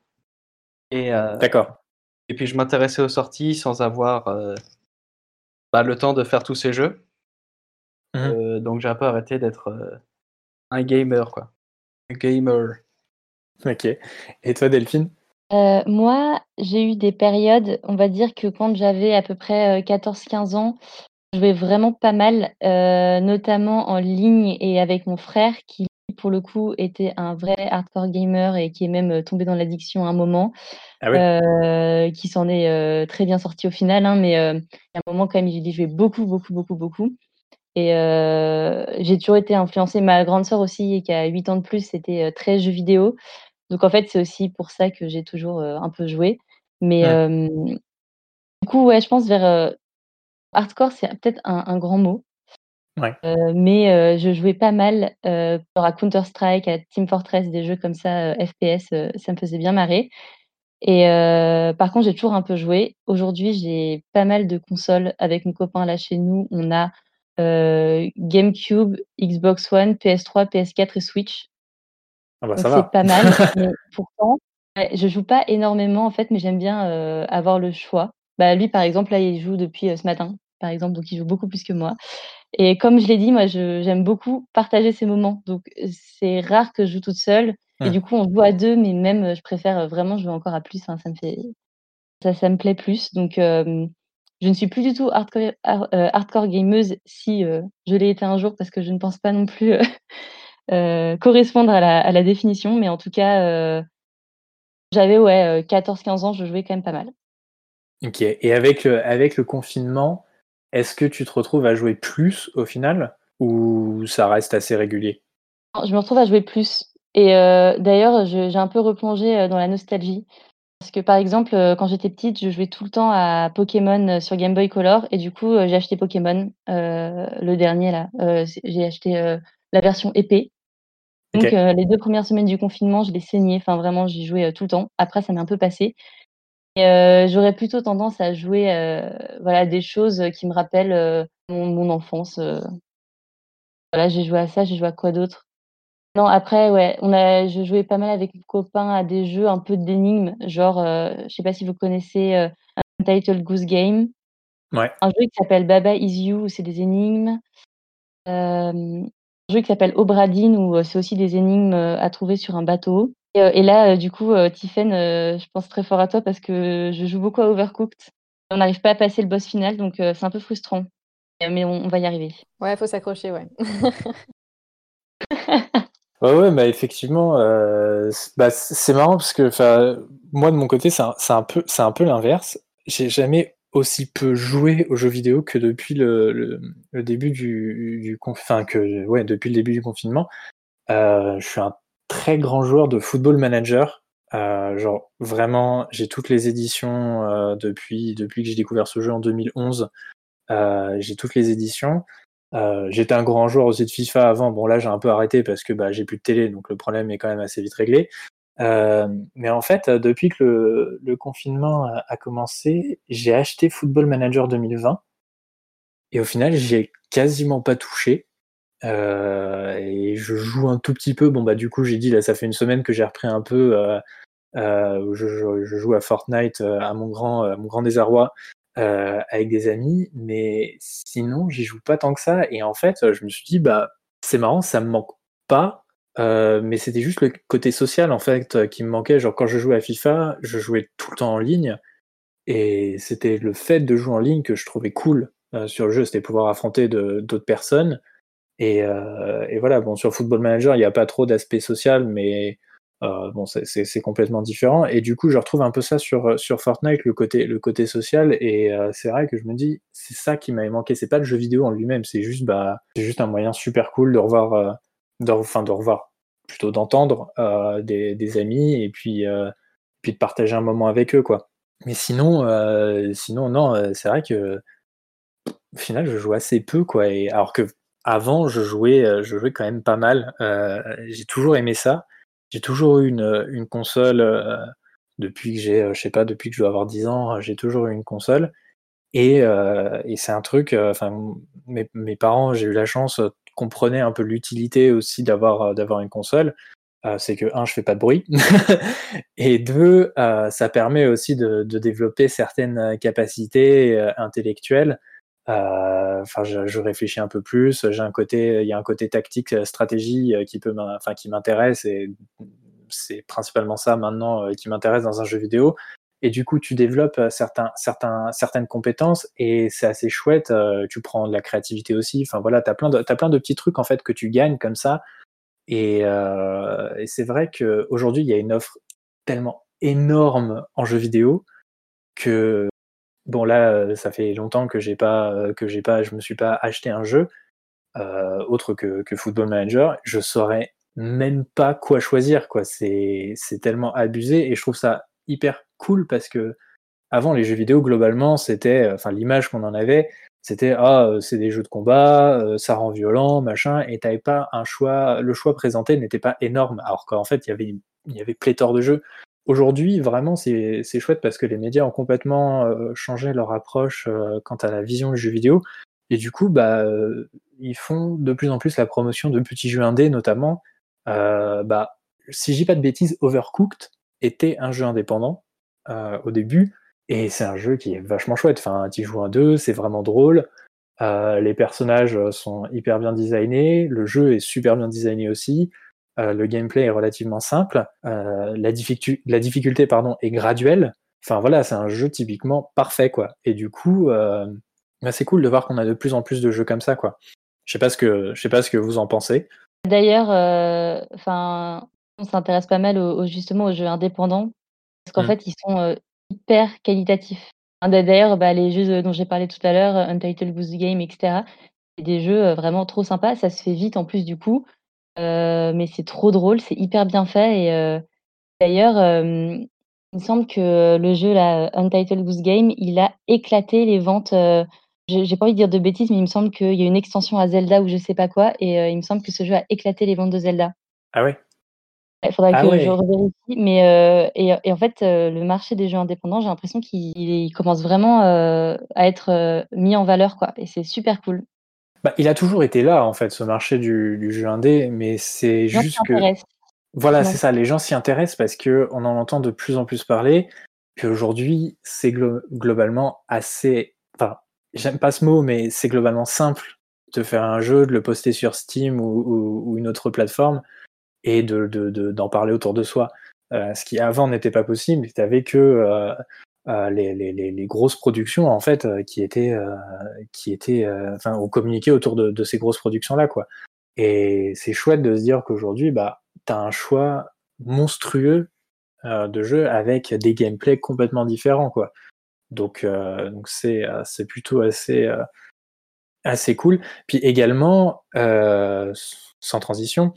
Et euh, D'accord. et puis je m'intéressais aux sorties sans avoir euh, bah, le temps de faire tous ces jeux. Mhm. Euh, donc j'ai un peu arrêté d'être euh, un gamer, quoi. Un gamer. Ok. Et toi, Delphine? Euh, moi, j'ai eu des périodes, on va dire que quand j'avais à peu près quatorze quinze ans, je jouais vraiment pas mal, euh, notamment en ligne et avec mon frère qui, pour le coup, était un vrai hardcore gamer et qui est même euh, tombé dans l'addiction à un moment, Ah oui. euh, qui s'en est euh, très bien sorti au final, hein, mais euh, à un moment quand même, j'ai joué beaucoup, beaucoup, beaucoup, beaucoup. Et euh, j'ai toujours été influencée. Ma grande sœur aussi, qui a huit ans de plus, c'était euh, très jeux vidéo. Donc en fait, c'est aussi pour ça que j'ai toujours euh, un peu joué. Mais Mhm. euh, du coup, ouais, je pense vers euh, hardcore, c'est peut-être un, un grand mot. Ouais. Euh, mais euh, je jouais pas mal euh, genre à Counter-Strike, à Team Fortress, des jeux comme ça, euh, F P S, euh, ça me faisait bien marrer. Et euh, par contre, j'ai toujours un peu joué. Aujourd'hui, j'ai pas mal de consoles avec mon copain là chez nous. On a euh, GameCube, Xbox One, P S trois, P S quatre et Switch. Ah bah Donc ça c'est va. pas mal, mais pourtant, ouais, je joue pas énormément en fait, mais j'aime bien, heu, avoir le choix. Bah, lui, par exemple, là, il joue depuis, heu, ce matin, par exemple, donc il joue beaucoup plus que moi et comme je l'ai dit, moi, je j'aime beaucoup partager ces moments, donc heu, c'est rare que je joue toute seule et Mhm. du coup, on joue à deux, mais même, heu, je préfère, heu, vraiment jouer encore à plus, hein, ça me fait ça ça me plaît plus, donc hem, je ne suis plus du tout hardcore har heu, hardcore gameuse si, heu, je l'ai été un jour parce que je ne pense pas non plus, heu heu, correspondre à la à la définition, mais en tout cas, heu, j'avais ouais, quatorze quinze ans, je jouais quand même pas mal. Ok. Et avec le, avec le confinement, est-ce que tu te retrouves à jouer plus au final ou ça reste assez régulier? Non, je me retrouve à jouer plus et heu, d'ailleurs, je j'ai un peu replongé, heu, dans la nostalgie parce que, par exemple, heu, quand j'étais petite, je jouais tout le temps à Pokémon, heu, sur Game Boy Color et du coup, heu, j'ai acheté Pokémon, heu, le dernier là, heu, c'est j'ai acheté, heu, la version épée. Donc Ok. heu, les deux premières semaines du confinement, je l'ai saigné, enfin vraiment, j'y jouais, heu, tout le temps. Après, ça m'est un peu passé et heu, j'aurais plutôt tendance à jouer, heu, voilà, des choses, qui me rappellent, heu, mon mon enfance, heu, voilà, j'ai joué à ça, j'ai joué à quoi d'autre? Non, après, ouais, on a je jouais pas mal avec mon copain à des jeux un peu d'énigmes, genre, heu, je sais pas si vous connaissez, heu, Untitled Goose Game, Ouais. un jeu qui s'appelle Baba Is You où c'est des énigmes, hem, un jeu qui s'appelle Obra Dinn où, heu, c'est aussi des énigmes, heu, à trouver sur un bateau et heu et là, heu, du coup, heu, Tiphaine, heu, je pense très fort à toi parce que je joue beaucoup à Overcooked. On n'arrive pas à passer le boss final donc heu, c'est un peu frustrant, heu, mais on on va y arriver. Ouais, faut s'accrocher, ouais. Ouais, ouais, bah effectivement, euh, c- bah, c- c'est marrant parce que enfin, moi de mon côté, c'est un, c'est un peu, c'est un peu l'inverse. J'ai jamais aussi peu joué aux jeux vidéo que depuis le, le, le début du, du conf- enfin que ouais, depuis le début du confinement. Euh, je suis un très grand joueur de Football Manager. Euh, genre vraiment, j'ai toutes les éditions euh, depuis depuis que j'ai découvert ce jeu en deux mille onze. Euh, j'ai toutes les éditions. Euh, j'étais un grand joueur aussi de FIFA avant. Bon, là, j'ai un peu arrêté parce que bah, j'ai plus de télé, donc le problème est quand même assez vite réglé. Euh, mais en fait, euh, depuis que le, le confinement a, a commencé, j'ai acheté Football Manager deux mille vingt et au final, j'ai quasiment pas touché. Euh, et je joue un tout petit peu. Bon, bah, du coup, j'ai dit, là, ça fait une semaine que j'ai repris un peu. Euh, euh, je, je, je joue à Fortnite euh, à mon grand, à mon grand désarroi euh, avec des amis, mais sinon j'y joue pas tant que ça. Et en fait, je me suis dit bah c'est marrant, ça me manque pas, euh, mais c'était juste le côté social en fait euh, qui me manquait. Genre quand je jouais à FIFA, je jouais tout le temps en ligne et c'était le fait de jouer en ligne que je trouvais cool euh, sur le jeu, c'était pouvoir affronter de- d'autres personnes. Et, euh, et voilà, bon sur Football Manager, il n'y a pas trop d'aspect social, mais Euh, bon, c'est, c'est, c'est complètement différent. Et du coup, je retrouve un peu ça sur, sur Fortnite, le côté, le côté social. Et euh, c'est vrai que je me dis, c'est ça qui m'avait manqué. C'est pas le jeu vidéo en lui-même, c'est juste, bah, c'est juste un moyen super cool de revoir, euh, de, enfin, de revoir, plutôt d'entendre euh, des, des amis et puis, euh, puis de partager un moment avec eux, quoi. Mais sinon, euh, sinon non, euh, c'est vrai que au final, je joue assez peu, quoi. Et alors que avant, je jouais, euh, je jouais quand même pas mal. Euh, j'ai toujours aimé ça. J'ai toujours eu une, une console euh, depuis que j'ai, euh, je sais pas, depuis que je dois avoir dix ans. euh, J'ai toujours eu une console. Et, euh, et c'est un truc. euh, Enfin, mes, mes parents, j'ai eu la chance, euh, comprenaient un peu l'utilité aussi d'avoir euh, d'avoir une console. Euh, c'est que un, je fais pas de bruit, et deux, euh, ça permet aussi de, de développer certaines capacités euh, intellectuelles. Euh, Enfin, je, je réfléchis un peu plus. J'ai un côté, il y a un côté tactique, euh, stratégie euh, qui peut, m'in- enfin, qui m'intéresse, et c'est principalement ça maintenant euh, qui m'intéresse dans un jeu vidéo. Et du coup, tu développes euh, certains, certains, certaines compétences, et c'est assez chouette. Euh, tu prends de la créativité aussi. Enfin voilà, t'as plein de, t'as plein de petits trucs en fait que tu gagnes comme ça. Et, euh, et c'est vrai qu'aujourd'hui, il y a une offre tellement énorme en jeu vidéo que bon là, euh, ça fait longtemps que j'ai pas, euh, que j'ai pas, je me suis pas acheté un jeu euh, autre que, que Football Manager. Je saurais même pas quoi choisir, quoi. C'est, c'est tellement abusé, et je trouve ça hyper cool parce que avant, les jeux vidéo, globalement, c'était, euh, enfin, l'image qu'on en avait, c'était ah, euh, c'est des jeux de combat, euh, ça rend violent, machin, et t'avais pas un choix, le choix présenté n'était pas énorme, alors qu'en fait, il y avait, une- il y avait pléthore de jeux. Aujourd'hui, vraiment, c'est, c'est chouette parce que les médias ont complètement euh, changé leur approche euh, quant à la vision du jeu vidéo, et du coup, bah, euh, ils font de plus en plus la promotion de petits jeux indés, notamment. Euh, bah, si je dis pas de bêtises, Overcooked était un jeu indépendant euh, au début. Et c'est un jeu qui est vachement chouette. Enfin, tu joues à deux, c'est vraiment drôle. Euh, les personnages euh, sont hyper bien designés. Le jeu est super bien designé aussi. Euh, le gameplay est relativement simple. Euh, la, difficulté, la difficulté pardon, est graduelle. Enfin voilà, c'est un jeu typiquement parfait, quoi. Et du coup, euh, bah, c'est cool de voir qu'on a de plus en plus de jeux comme ça, quoi. Je sais pas ce que, je sais pas ce que vous en pensez. D'ailleurs, euh, enfin, on s'intéresse pas mal au, au- justement aux jeux indépendants parce qu'en Mm. fait, ils sont euh, hyper qualitatifs. Hein, d'a- D'ailleurs, bah, les jeux dont j'ai parlé tout à l'heure, euh, Untitled Goose Game, et cetera, c'est des jeux euh, vraiment trop sympas. Ça se fait vite en plus du coup, euh, mais c'est trop drôle, c'est hyper bien fait. Et euh, d'ailleurs, euh, il me semble que le jeu là, Untitled Goose Game, il a éclaté les ventes. Euh, j'ai j'ai pas envie de dire de bêtises, mais il me semble qu'il y a une extension à Zelda ou je sais pas quoi, et euh, il me semble que ce jeu a éclaté les ventes de Zelda. Ah ouais. Il faudrait Ah que je ouais. revérifie, mais euh, et, et en fait, euh, le marché des jeux indépendants, j'ai l'impression qu'il il commence vraiment euh, à être euh, mis en valeur, quoi. Et c'est super cool. Bah, il a toujours été là, en fait, ce marché du, du jeu indé, mais c'est Les gens s'y juste que intéressent. voilà, c'est Effectivement. ça, les gens s'y intéressent parce que on en entend de plus en plus parler, qu'aujourd'hui, c'est glo- globalement assez, enfin, j'aime pas ce mot, mais c'est globalement simple de faire un jeu, de le poster sur Steam ou, ou- ou une autre plateforme, et de, de- de- d'en parler autour de soi. Euh, ce qui avant n'était pas possible, tu avais que euh, euh, les, les- les- les grosses productions, en fait, euh, qui étaient, euh, qui étaient, euh, enfin, on communiquait autour de, de ces grosses productions-là, quoi. Et c'est chouette de se dire qu'aujourd'hui, bah, tu as un choix monstrueux euh, de jeux avec des gameplays complètement différents, quoi. Donc, euh, donc c'est, euh, c'est plutôt assez, euh, assez cool. Puis également, euh, sans transition,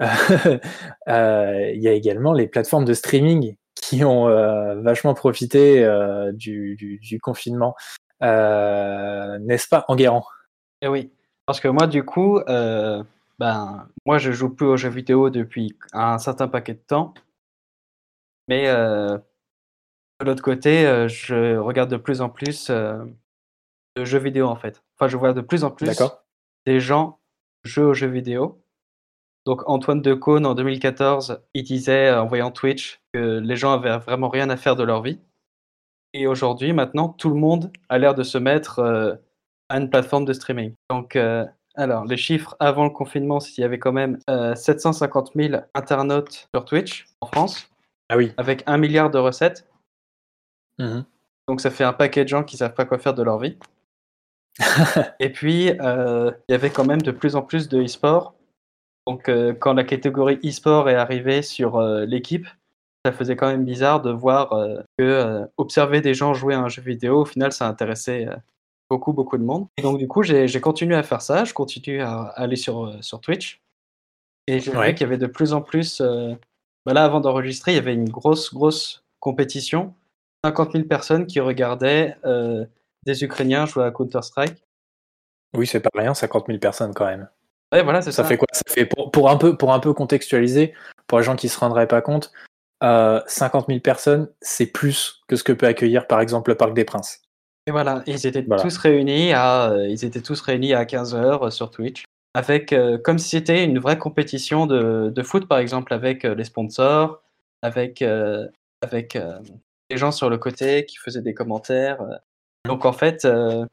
euh, il y a également les plateformes de streaming qui ont euh, vachement profité euh, du, du, du confinement. Euh, n'est-ce pas, Enguerrand? Et oui, parce que moi, du coup, euh, ben, moi, je joue plus aux jeux vidéo depuis un certain paquet de temps, mais euh, de l'autre côté, euh, je regarde de plus en plus euh, de jeux vidéo, en fait. Enfin, je vois de plus en plus D'accord. des gens jouer aux jeux vidéo. Donc, Antoine Decaune, en deux mille quatorze, il disait, euh, en voyant Twitch, que les gens avaient vraiment rien à faire de leur vie. Et aujourd'hui, maintenant, tout le monde a l'air de se mettre euh, à une plateforme de streaming. Donc, euh, alors, les chiffres avant le confinement, c'est qu'il y avait quand même euh, sept cent cinquante mille internautes sur Twitch en France, Ah oui. avec un milliard de recettes. Mhm. Donc, ça fait un paquet de gens qui savent pas quoi faire de leur vie. Et puis, euh, il y avait quand même de plus en plus de e-sport. Donc, euh, quand la catégorie e-sport est arrivée sur euh, l'équipe, ça faisait quand même bizarre de voir euh, que euh, observer des gens jouer à un jeu vidéo, au final, ça intéressait euh, beaucoup, beaucoup de monde. Et donc, du coup, j'ai j'ai continué à faire ça. Je continue à aller sur, euh, sur Twitch. Et j'ai vu Ouais. qu'il y avait de plus en plus. euh, bah là, avant d'enregistrer, il y avait une grosse, grosse compétition. cinquante mille personnes qui regardaient euh, des Ukrainiens jouer à Counter-Strike. Oui, c'est pas rien, cinquante mille personnes quand même. Ouais, voilà, c'est Ça ça. fait quoi? Ça fait pour, pour un peu, pour un peu contextualiser, pour les gens qui se rendraient pas compte, euh, cinquante mille personnes, c'est plus que ce que peut accueillir par exemple le Parc des Princes. Et voilà, ils étaient Voilà. tous réunis à, euh, ils étaient tous réunis à quinze heures sur Twitch, avec euh, comme si c'était une vraie compétition de, de foot, par exemple, avec euh, les sponsors, avec, euh, avec euh, les gens sur le côté qui faisaient des commentaires. euh. Donc en fait, euh,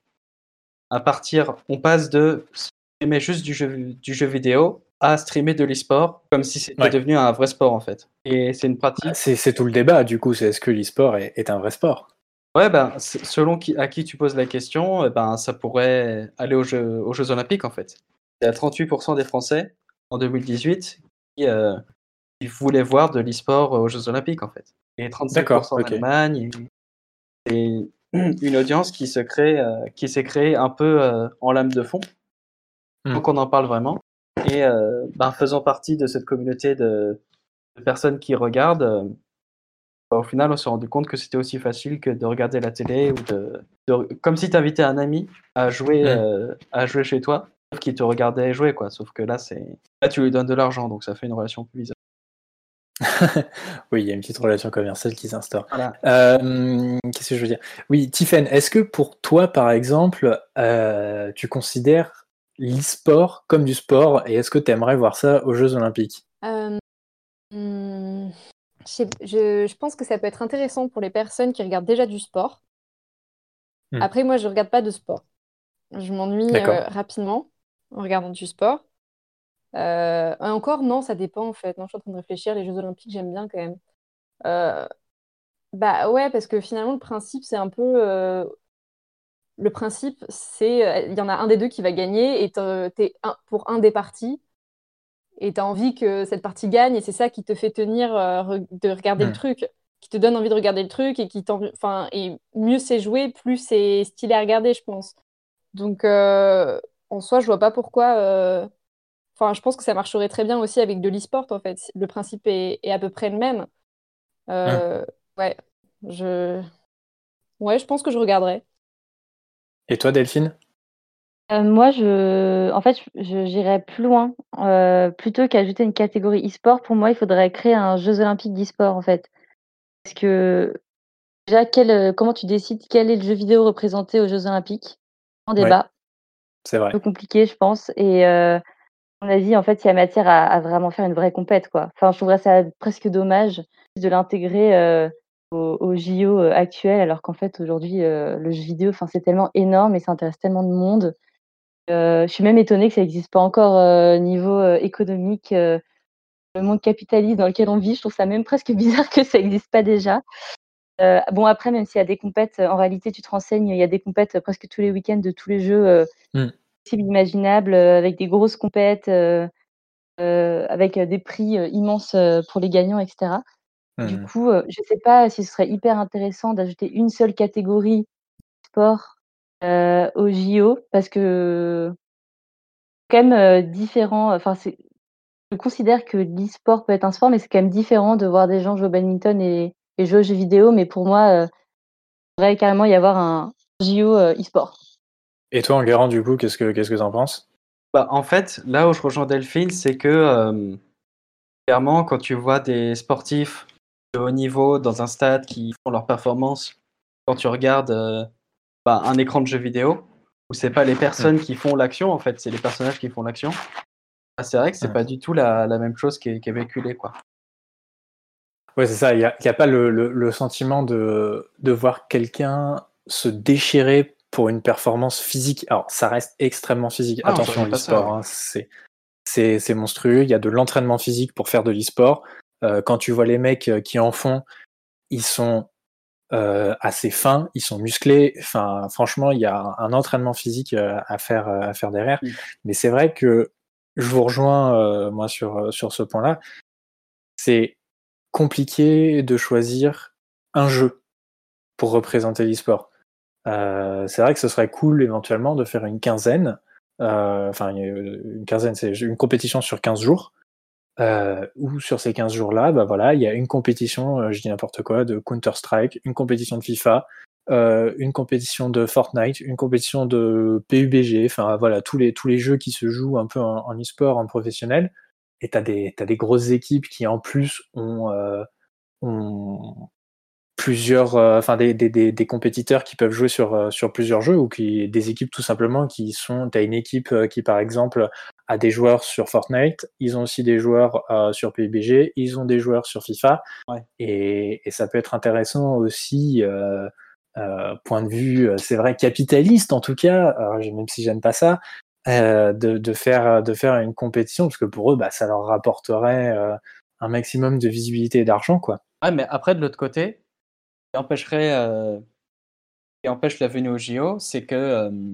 à partir, on passe de streamer juste du jeu, du jeu vidéo à streamer de l'e-sport, comme si c'était Ouais. devenu un vrai sport en fait. Et c'est une pratique. C'est c'est tout le débat, du coup, c'est est-ce que l'e-sport est, est un vrai sport? Ouais, ben, c- selon qui, à qui tu poses la question, eh ben, ça pourrait aller aux Jeux, aux Jeux Olympiques, en fait. Il y a trente-huit pour cent des Français, en deux mille dix-huit, qui, euh, qui voulaient voir de l'e-sport aux Jeux Olympiques, en fait. Et trente-cinq pour D'accord, cent en ok. Allemagne. Et c'est une audience qui se crée, euh, qui s'est créée un peu euh, en lame de fond, Hmm. sans qu'on en parle vraiment. Et euh, ben, faisant partie de cette communauté de, de personnes qui regardent, euh, au final, on s'est rendu compte que c'était aussi facile que de regarder la télé ou de, de- comme si tu invitais un ami à jouer, Mm. euh, à jouer chez toi, sauf qu'il te regardait jouer, quoi. Sauf que là, c'est là, tu lui donnes de l'argent, donc ça fait une relation plus bizarre. Oui, il y a une petite relation commerciale qui s'instaure. Voilà. Euh, qu'est-ce que je veux dire? Oui, Tiffen, est-ce que pour toi, par exemple, euh, tu considères l'e-sport comme du sport et est-ce que tu aimerais voir ça aux Jeux Olympiques? Euh, hmm, je, sais- je- je pense que ça peut être intéressant pour les personnes qui regardent déjà du sport. Hmm. Après, moi, je regarde pas de sport. Je m'ennuie D'accord. euh, rapidement en regardant du sport. Euh, et encore, non, ça dépend en fait. Non, je suis en train de réfléchir. Les Jeux Olympiques, j'aime bien quand même. Euh, bah ouais, parce que finalement, le principe, c'est un peu. euh, le principe, c'est. euh, Il y en a un des deux qui va gagner et t'es t'es un- pour un des partis. Et tu as envie que cette partie gagne et c'est ça qui te fait tenir euh, re- de regarder le Hmm. truc, qui te donne envie de regarder le truc et qui t'en... Enfin, et mieux c'est joué, plus c'est stylé à regarder, je pense. Donc, euh, en soi, je vois pas pourquoi. euh, Enfin, je pense que ça marcherait très bien aussi avec de l'e-sport, en fait. Le principe est, est à peu près le même. Hmm. Euh, ouais, je... ouais, je pense que je regarderais. Et toi, Delphine? Euh, moi, je, en fait, je- je- j'irais plus loin. Euh, plutôt qu'ajouter une catégorie e-sport, pour moi, il faudrait créer un Jeux Olympiques d'e-sport, en fait. Parce que déjà, quel, euh, comment tu décides quel est le jeu vidéo représenté aux Jeux Olympiques? En Ouais, débat, c'est un vrai. peu compliqué, je pense. Et euh, à mon avis, en fait, il y a matière à, à vraiment faire une vraie compète, quoi. Enfin, je trouverais ça presque dommage de l'intégrer euh, au, au J O euh, actuel, alors qu'en fait, aujourd'hui, euh, le jeu vidéo, enfin, c'est tellement énorme et ça intéresse tellement de monde. Euh, je suis même étonnée que ça n'existe pas encore euh, niveau euh, économique, euh, le monde capitaliste dans lequel on vit. Je trouve ça même presque bizarre que ça n'existe pas déjà. Euh, bon, après, même s'il y a des compètes, en réalité, tu te renseignes, il y a des compètes euh, presque tous les week-ends de tous les jeux euh, Hmm. possibles, imaginables, euh, avec des grosses compètes, euh, euh, avec euh, des prix euh, immenses euh, pour les gagnants, et cetera. Du Hmm. coup, euh, je ne sais pas si ce serait hyper intéressant d'ajouter une seule catégorie sport euh, au J O, parce que quand même euh, différent. Enfin, c'est je considère que l'e-sport peut être un sport, mais c'est quand même différent de voir des gens jouer au badminton et, et jouer aux jeux vidéo. Mais pour moi, euh, il devrait carrément y avoir un J O euh, e-sport. Et toi, Enguerrand, du coup, qu'est-ce que qu'est-ce que t'en penses? Bah, en fait, là où je rejoins Delphine, c'est que euh, clairement, quand tu vois des sportifs de haut niveau dans un stade qui font leur performance, quand tu regardes euh, bah, un écran de jeu vidéo, où c'est pas les personnes qui font l'action, en fait, c'est les personnages qui font l'action, bah, c'est vrai que c'est Hmm. pas du tout la, la même chose qui est, qui est véhiculée, quoi. Ouais, c'est ça. Il n'y a, il y a pas le, le- le sentiment de, de voir quelqu'un se déchirer pour une performance physique. Alors, ça reste extrêmement physique. Non, je Attention, rejoins pas ça, l'e-sport, ouais. hein, c'est, c'est, c'est monstrueux. Il y a de l'entraînement physique pour faire de l'e-sport. Euh, quand tu vois les mecs euh, qui en font, ils sont euh, assez fins, ils sont musclés. Enfin, franchement, il y a un, un entraînement physique euh, à faire, euh, à faire derrière. Mm. Mais c'est vrai que je vous rejoins euh, moi sur, sur ce point-là. C'est compliqué de choisir un jeu pour représenter l'e-sport. Euh, c'est vrai que ce serait cool éventuellement de faire une quinzaine, euh, enfin une quinzaine, c'est une compétition sur quinze jours, euh, où sur ces quinze jours-là, bah voilà, il y a une compétition, euh, je dis n'importe quoi, de Counter-Strike, une compétition de FIFA, euh, une compétition de Fortnite, une compétition de P U B G, enfin voilà, tous les, tous les jeux qui se jouent un peu en, en e-sport, en professionnel, et t'as des, t'as des grosses équipes qui en plus ont, euh, ont plusieurs, euh, enfin des, des, des, des compétiteurs qui peuvent jouer sur, euh, sur plusieurs jeux, ou qui, des équipes tout simplement qui sont, t'as une équipe euh, qui par exemple a des joueurs sur Fortnite, ils ont aussi des joueurs euh, sur P U B G, ils ont des joueurs sur FIFA, Ouais. et, et ça peut être intéressant aussi, euh, euh, point de vue, euh, c'est vrai, capitaliste en tout cas, alors, même si j'aime pas ça, euh, de, de, faire, de faire une compétition, parce que pour eux, bah, ça leur rapporterait euh, un maximum de visibilité et d'argent, quoi. Ouais, mais après, de l'autre côté, ce qui empêcherait, euh, qui empêche la venue au J O, c'est que, euh,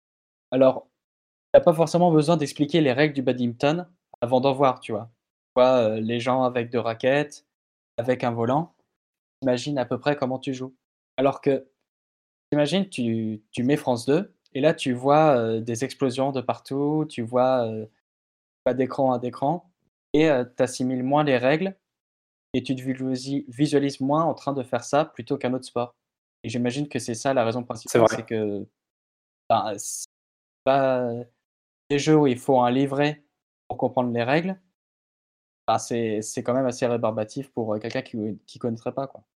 alors, t'as pas forcément besoin d'expliquer les règles du badminton avant d'en voir, tu vois. Tu vois, euh, les gens avec deux raquettes, avec un volant, imagine à peu près comment tu joues. Alors que, imagine, tu, tu mets France deux, et là, tu vois euh, des explosions de partout, tu vois euh, pas d'écran à d'écran, et tu assimiles moins les règles, et tu te visualises, visualises moins en train de faire ça plutôt qu'un autre sport. Et j'imagine que c'est ça la raison C'est principale, vrai. c'est que ben, c'est pas des jeux où il faut un livret pour comprendre les règles, ben, c'est c'est quand même assez rébarbatif pour euh, quelqu'un qui ne connaîtrait pas, quoi.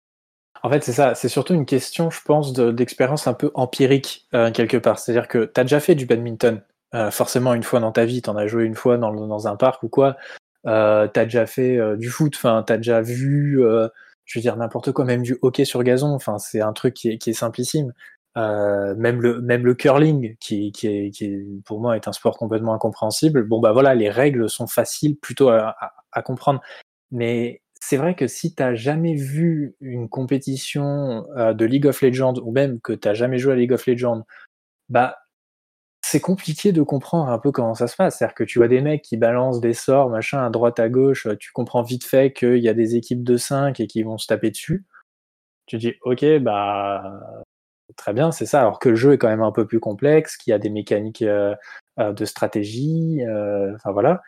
En fait, c'est ça, c'est surtout une question, je pense, de- d'expérience un peu empirique, euh, quelque part. C'est-à-dire que tu as déjà fait du badminton, euh, forcément une fois dans ta vie, tu en as joué une fois dans, le- dans un parc ou quoi, euh, tu as déjà fait euh, du foot, enfin, tu as déjà vu, euh, je veux dire, n'importe quoi, même du hockey sur gazon, enfin, c'est un truc qui est, qui est simplissime. Euh, même le même le curling, qui, qui, est, qui est, pour moi est un sport complètement incompréhensible. Bon bah voilà, les règles sont faciles plutôt à, à, à comprendre. Mais c'est vrai que si t'as jamais vu une compétition euh, de League of Legends, ou même que t'as jamais joué à League of Legends, bah c'est compliqué de comprendre un peu comment ça se passe. C'est-à-dire que tu vois des mecs qui balancent des sorts, machin, à droite, à gauche, tu comprends vite fait qu'il y a des équipes de cinq et qui vont se taper dessus. Tu dis, ok, bah très bien, c'est ça. Alors que le jeu est quand même un peu plus complexe, qu'il y a des mécaniques euh, euh, de stratégie, euh, enfin voilà.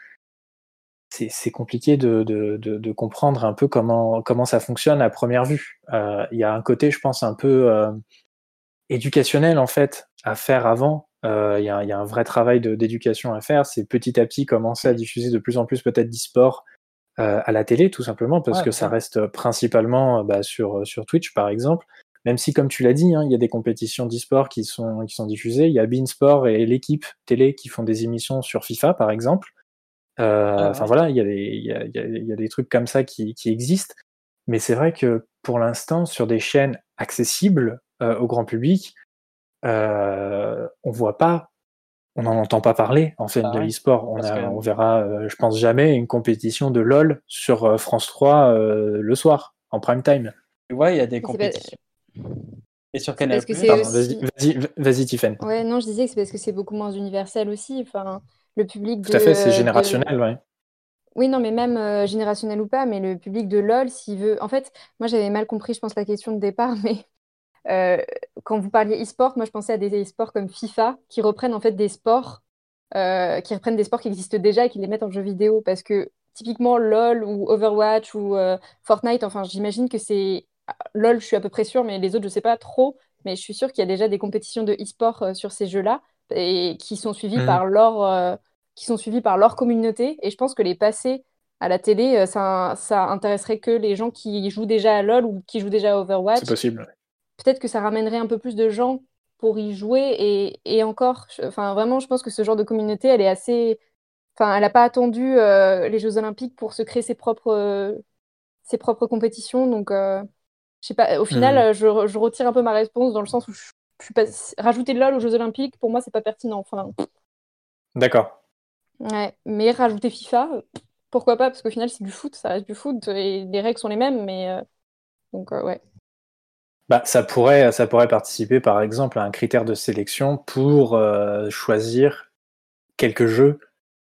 C'est c'est compliqué de, de, de, de comprendre un peu comment, comment ça fonctionne à première vue. Euh, Il y a un côté, je pense, un peu euh, éducationnel en fait à faire avant. Euh, Il y, a, il y a un vrai travail de- d'éducation à faire. C'est petit à petit commencer à diffuser de plus en plus peut-être d'e-sport euh, à la télé, tout simplement, parce Ouais, que ça voilà. reste principalement euh, bah, sur, sur Twitch, par exemple. Même si, comme tu l'as dit, hein, il y a des compétitions d'e-sport qui sont, qui sont diffusées. Il y a Beansport et l'équipe télé qui font des émissions sur FIFA, par exemple. Ouais, Euh, Enfin ouais. voilà, il y, a des- il y, a, il y, a, il y a des trucs comme ça qui, qui existent. Mais c'est vrai que pour l'instant, sur des chaînes accessibles euh, au grand public, euh, on voit pas, on n'en entend pas parler en fait Bah de ouais, l'e-sport. On, parce a, que on verra, euh, je pense jamais, une compétition de LoL sur euh, France trois euh, le soir, en prime time. tu vois, il y a des Mais c'est pas- compétitions. Et sur c'est Canal+, parce que c'est Pardon, vas-y, aussi. vas-y, vas-y, Tiffen. Ouais, non, je disais que c'est parce que c'est beaucoup moins universel aussi. Enfin, le public Tout à fait, c'est de, de... générationnel, ouais. Oui, non, mais même euh, générationnel ou pas, mais le public de LoL, s'il veut. En fait, moi, j'avais mal compris, je pense, la question de départ, mais euh, quand vous parliez e-sport, moi, je pensais à des e-sports comme FIFA qui reprennent en fait des sports, euh, qui reprennent des sports qui existent déjà et qui les mettent en jeu vidéo. Parce que typiquement, LoL ou Overwatch ou euh, Fortnite, enfin, j'imagine que c'est. LoL, je suis à peu près sûre, mais les autres, je sais pas trop. Mais je suis sûre qu'il y a déjà des compétitions de e-sport euh, sur ces jeux-là et qui sont suivies Mhm. par leur, euh, qui sont suivies par leur communauté. Et je pense que les passer à la télé, euh, ça, ça intéresserait que les gens qui jouent déjà à LoL ou qui jouent déjà à C'est Overwatch. possible. Peut-être que ça ramènerait un peu plus de gens pour y jouer. Et, et encore, je- enfin, vraiment, je pense que ce genre de communauté, elle est assez. Enfin, elle n'a pas attendu euh, les Jeux Olympiques pour se créer ses propres, euh, ses propres compétitions. Donc, euh, je sais pas. Au final, Mhm. euh, je, je retire un peu ma réponse dans le sens où je, je suis pas... rajouter de LoL aux Jeux Olympiques, pour moi, c'est pas pertinent. Enfin, D'accord. ouais. Mais rajouter FIFA, euh, pourquoi pas? Parce qu'au final, c'est du foot, ça reste du foot et les règles sont les mêmes. Mais euh, donc, euh, ouais. Bah, ça pourrait, ça pourrait participer, par exemple, à un critère de sélection pour euh, choisir quelques jeux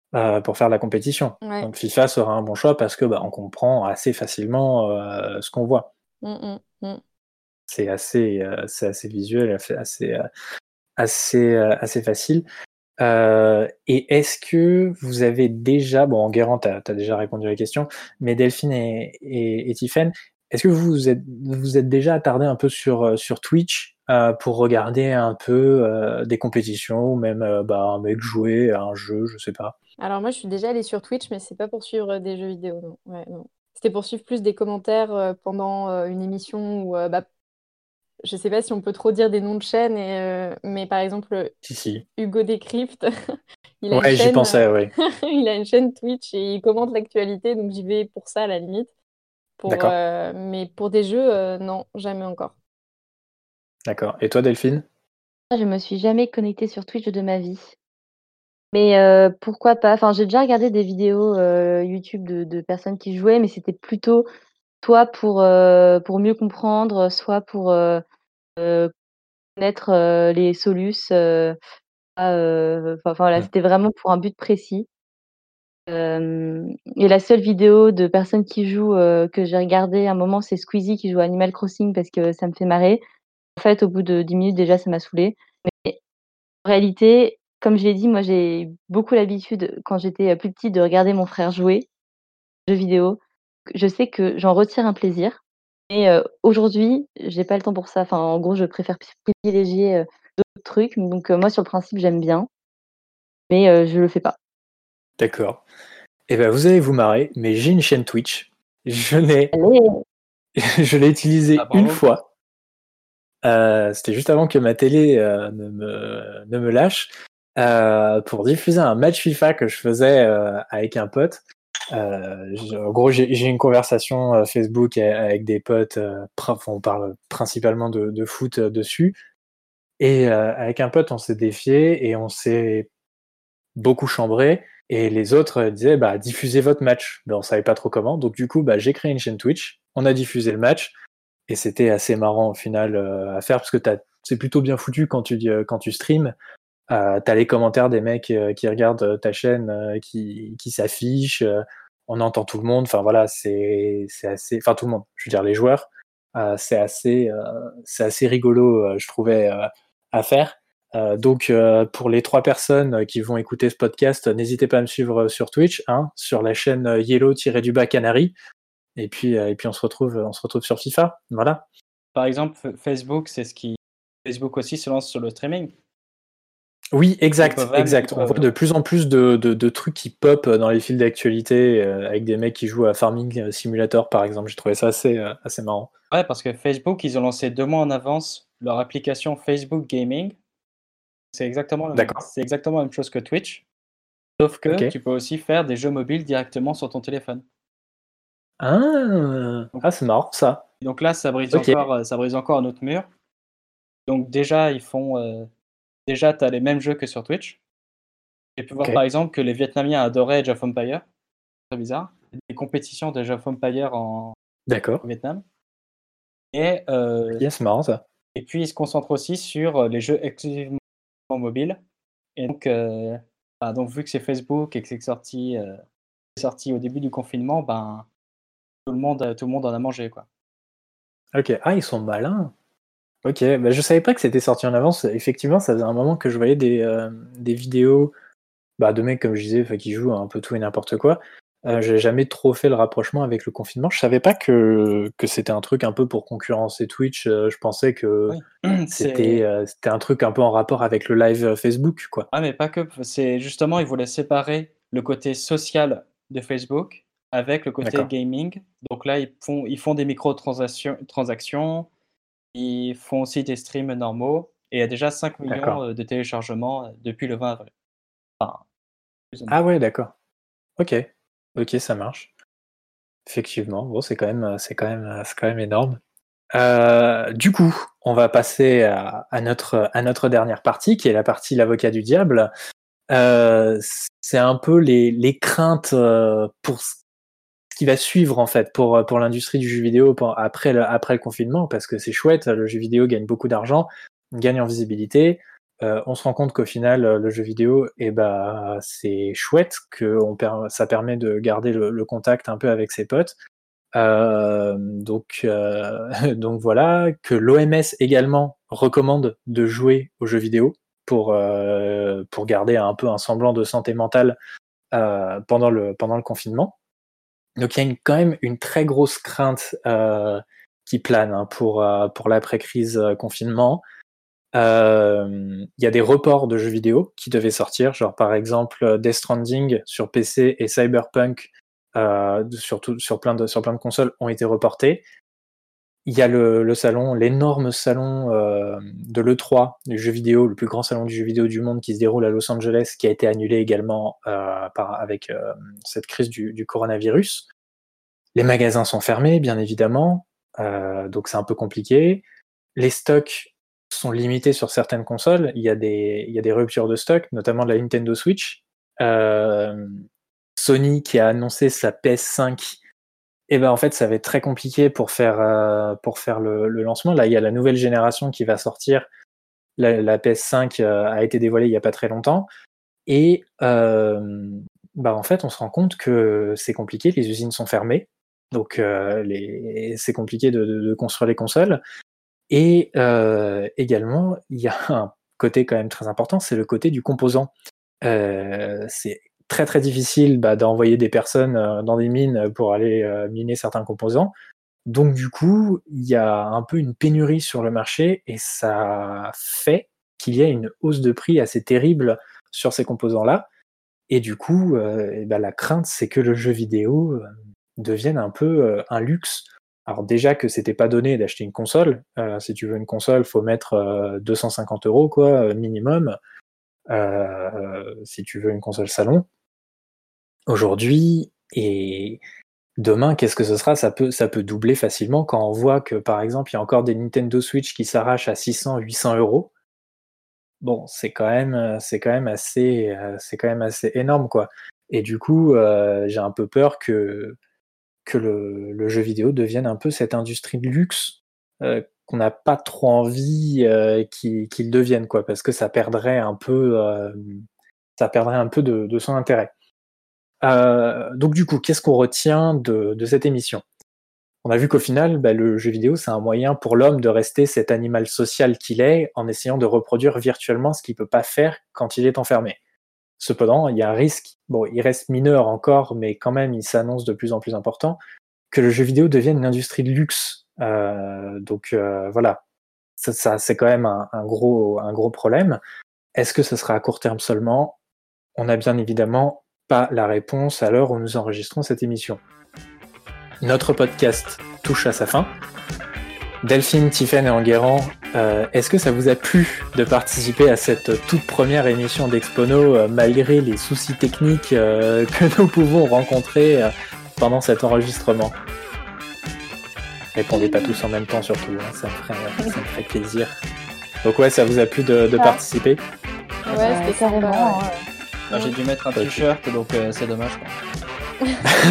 euh, pour faire la compétition. Ouais. Donc FIFA sera un bon choix parce que bah, on comprend assez facilement euh, ce qu'on voit. Mm, mm, mm. C'est assez, euh, c'est assez visuel, assez, euh, assez, euh, assez facile. Euh, et est-ce que vous avez déjà, bon, Enguerrand, tu as déjà répondu à la question, mais Delphine et, et, et Tiphaine, est-ce que vous vous êtes, vous êtes déjà attardé un peu sur, sur Twitch euh, pour regarder un peu euh, des compétitions ou même euh, bah, un mec jouer à un jeu, je sais pas? Alors moi, je suis déjà allée sur Twitch, mais c'est pas pour suivre des jeux vidéo, non. Ouais, non. C'était pour suivre plus des commentaires euh, pendant euh, une émission où, euh, bah, je sais pas si on peut trop dire des noms de chaînes, et, euh, mais par exemple, Si, si. Hugo Décrypte, il a une Ouais, j'y chaîne, pensais, euh, oui. il a une chaîne Twitch et il commente l'actualité, donc j'y vais pour ça à la limite. Pour, D'accord, euh, mais pour des jeux, euh, non, jamais encore. d'accord. Et toi, Delphine? Je me suis jamais connectée sur Twitch de ma vie. Mais euh, pourquoi pas? Enfin, j'ai déjà regardé des vidéos euh, YouTube de, de personnes qui jouaient, mais c'était plutôt soit pour, euh, pour mieux comprendre, soit pour euh, euh, connaître euh, les solus. euh, ah, euh, Enfin, enfin, voilà, Hmm. c'était vraiment pour un but précis. Euh, et la seule vidéo de personnes qui jouent euh, que j'ai regardée à un moment, c'est Squeezie qui joue à Animal Crossing parce que ça me fait marrer. En fait, au bout de dix minutes, déjà, ça m'a saoulée. Mais en réalité, comme je l'ai dit, moi, j'ai beaucoup l'habitude, quand j'étais plus petite, de regarder mon frère jouer aux jeux vidéo. Je sais que j'en retire un plaisir. Mais euh, aujourd'hui, j'ai pas le temps pour ça. Enfin, en gros, je préfère privilégier euh, d'autres trucs. Donc, euh, moi, sur le principe, j'aime bien, mais euh, je le fais pas. D'accord. Eh ben, vous allez vous marrer, mais j'ai une chaîne Twitch. Je l'ai, Allez, je l'ai utilisée Ah, bravo. une fois. Euh, c'était juste avant que ma télé euh, ne, me, ne me lâche euh, pour diffuser un match FIFA que je faisais euh, avec un pote. Euh, j- en gros, j'ai j'ai une conversation euh, Facebook a- avec des potes. Euh, prin- enfin, on parle principalement de, de foot euh, dessus. Et euh, avec un pote, on s'est défié et on s'est beaucoup chambré. Et les autres euh, disaient, bah, diffusez votre match. Ben, on savait pas trop comment. Donc, du coup, bah, j'ai créé une chaîne Twitch. On a diffusé le match. Et c'était assez marrant au final euh, à faire parce que t'as- c'est plutôt bien foutu quand tu, euh, quand tu streams. Euh, t'as les commentaires des mecs euh, qui regardent euh, ta chaîne euh, qui, qui s'affichent. Euh, on entend tout le monde. Enfin voilà, c'est c'est assez. Enfin tout le monde. Je veux dire les joueurs. Euh, c'est assez euh, c'est assez rigolo, euh, je trouvais euh, à faire. Euh, donc euh, pour les trois personnes euh, qui vont écouter ce podcast, euh, n'hésitez pas à me suivre euh, sur Twitch, hein, sur la chaîne euh, Yellow-du-bas Canary. Et puis euh, et puis on se retrouve on se retrouve sur FIFA. Voilà. Par exemple, F- Facebook, c'est ce qui. Facebook aussi se lance sur le streaming. Oui, Ils exact, peuvent même- exact. ils On voit peuvent- de plus en plus de, de, de trucs qui pop dans les fils d'actualité euh, avec des mecs qui jouent à Farming Simulator, par exemple. J'ai trouvé ça assez, euh, assez marrant. Ouais, parce que Facebook, ils ont lancé deux mois en avance leur application Facebook Gaming. C'est exactement, la même- D'accord. c'est exactement la même chose que Twitch, sauf que Ok. tu peux aussi faire des jeux mobiles directement sur ton téléphone. Ah, ah c'est marrant ça. Donc là, ça brise Ok. encore, euh, ça brise encore un autre mur. Donc déjà, ils font, euh, déjà, tu as les mêmes jeux que sur Twitch. J'ai pu voir Ok. par exemple que les Vietnamiens adoraient Age of Empires. Très bizarre. Des compétitions d'Age of Empires en D'accord. au Vietnam. Et, euh, Ok, c'est marrant ça. et puis ils se concentrent aussi sur euh, les jeux exclusivement mobiles. Et donc, euh, bah, donc vu que c'est Facebook et que c'est sorti, euh, c'est sorti au début du confinement, ben tout le monde, tout le monde en a mangé, quoi. Ok. Ah, ils sont malins. Ok. Bah, je savais pas que c'était sorti en avance. Effectivement, ça faisait un moment que je voyais des, euh, des vidéos bah, de mecs, comme je disais, enfin, qui jouent à un peu tout et n'importe quoi. Euh, j'ai jamais trop fait le rapprochement avec le confinement. Je savais pas que, que c'était un truc un peu pour concurrencer Twitch. Euh, je pensais que Oui, c'était c'est. euh, c'était un truc un peu en rapport avec le live euh, Facebook, quoi. Ah, mais pas que. C'est justement, ils voulaient séparer le côté social de Facebook avec le côté D'accord. gaming. Donc là, ils font, ils font des microtransactions, transactions, ils font aussi des streams normaux. Et il y a déjà cinq millions D'accord. euh, de téléchargements euh, depuis le vingt avril. Enfin, plus ou moins. Ah ouais, d'accord. Ok. Ok, ça marche. Effectivement. Bon, c'est quand même, euh, c'est quand même, euh, c'est quand même énorme. Euh, du coup, on va passer à, à notre, à notre dernière partie, qui est la partie l'avocat du diable. Euh, c'est un peu les, les craintes euh, pour ce qui va suivre en fait pour, pour l'industrie du jeu vidéo pour- après, le, après le confinement, parce que c'est chouette, le jeu vidéo gagne beaucoup d'argent, gagne en visibilité. euh, on se rend compte qu'au final, euh, le jeu vidéo, eh ben, c'est chouette, que on per- ça permet de garder le, le contact un peu avec ses potes. Euh, donc, euh, donc voilà, que l'O M S également recommande de jouer aux jeux vidéo pour, euh, pour garder un peu un semblant de santé mentale euh, pendant, le, pendant le confinement. Donc il y a une, quand même une très grosse crainte euh, qui plane hein, pour, euh, pour l'après-crise euh, confinement. Euh, Il y a des reports de jeux vidéo qui devaient sortir, genre par exemple Death Stranding sur P C et Cyberpunk euh, surtout sur plein de sur plein de consoles ont été reportés. Il y a le, le salon, l'énorme salon euh, de l'E trois du jeu vidéo, le plus grand salon du jeu vidéo du monde qui se déroule à Los Angeles, qui a été annulé également euh, par, avec euh, cette crise du, du coronavirus. Les magasins sont fermés, bien évidemment, euh, donc c'est un peu compliqué. Les stocks sont limités sur certaines consoles. Il y a des, il y a des ruptures de stock, notamment de la Nintendo Switch. Euh, Sony qui a annoncé sa P S cinq, et ben en fait ça va être très compliqué pour faire euh, pour faire le, le lancement. Là il y a la nouvelle génération qui va sortir. La, la P S cinq euh, a été dévoilée il y a pas très longtemps et euh, bah en fait on se rend compte que c'est compliqué. Les usines sont fermées, donc euh, les, c'est compliqué de, de, de construire les consoles. Et euh, également il y a un côté quand même très important, c'est le côté du composant. Euh, c'est très très difficile bah, d'envoyer des personnes euh, dans des mines pour aller euh, miner certains composants. Donc du coup, il y a un peu une pénurie sur le marché et ça fait qu'il y a une hausse de prix assez terrible sur ces composants-là. Et du coup, euh, et bah, la crainte, c'est que le jeu vidéo euh, devienne un peu euh, un luxe. Alors déjà que c'était pas donné d'acheter une console. Euh, si tu veux une console, faut mettre euh, deux cent cinquante euros quoi, minimum. Euh, si tu veux une console salon. Aujourd'hui et demain, qu'est-ce que ce sera? Ça peut, ça peut doubler facilement quand on voit que, par exemple, il y a encore des Nintendo Switch qui s'arrachent à six cents, huit cents euros. Bon, c'est quand même, c'est quand même assez, c'est quand même assez énorme, quoi. Et du coup, euh, j'ai un peu peur que que le, le jeu vidéo devienne un peu cette industrie de luxe euh, qu'on n'a pas trop envie euh, qu'il, qu'il devienne, quoi, parce que ça perdrait un peu, euh, ça perdrait un peu de, de son intérêt. Euh, donc du coup, qu'est-ce qu'on retient de, de cette émission? On a vu qu'au final, bah, le jeu vidéo, c'est un moyen pour l'homme de rester cet animal social qu'il est en essayant de reproduire virtuellement ce qu'il peut pas faire quand il est enfermé. Cependant, il y a un risque, bon, il reste mineur encore, mais quand même, il s'annonce de plus en plus important, que le jeu vidéo devienne une industrie de luxe. Euh, donc euh, voilà, ça, ça c'est quand même un, un, gros, un gros problème. Est-ce que ce sera à court terme seulement? On n'a bien évidemment pas la réponse à l'heure où nous enregistrons cette émission. Notre podcast touche à sa fin. Delphine, Tiffaine et Enguerrand, euh, est-ce que ça vous a plu de participer à cette toute première émission d'Expono euh, malgré les soucis techniques euh, que nous pouvons rencontrer euh, pendant cet enregistrement? Répondez pas tous en même temps surtout, hein, ça, me ferait, ça me ferait plaisir. Donc ouais, ça vous a plu de, de Ah. participer? Ouais, c'était carrément. carrément, ouais. Moi, j'ai dû mettre un Ok. t-shirt, donc euh, c'est dommage. Quoi.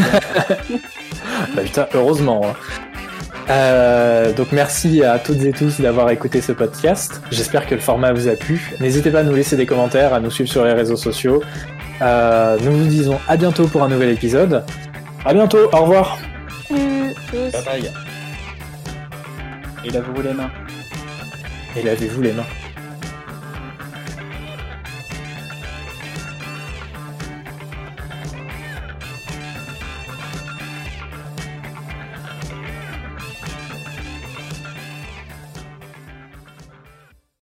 Bah putain, heureusement. Hein. Euh, donc merci à toutes et tous d'avoir écouté ce podcast. J'espère que le format vous a plu. N'hésitez pas à nous laisser des commentaires, à nous suivre sur les réseaux sociaux. Euh, nous vous disons à bientôt pour un nouvel épisode. À bientôt, au revoir. Salut, tchuss. Bye bye. Et lavez-vous les mains. Et lavez-vous les mains.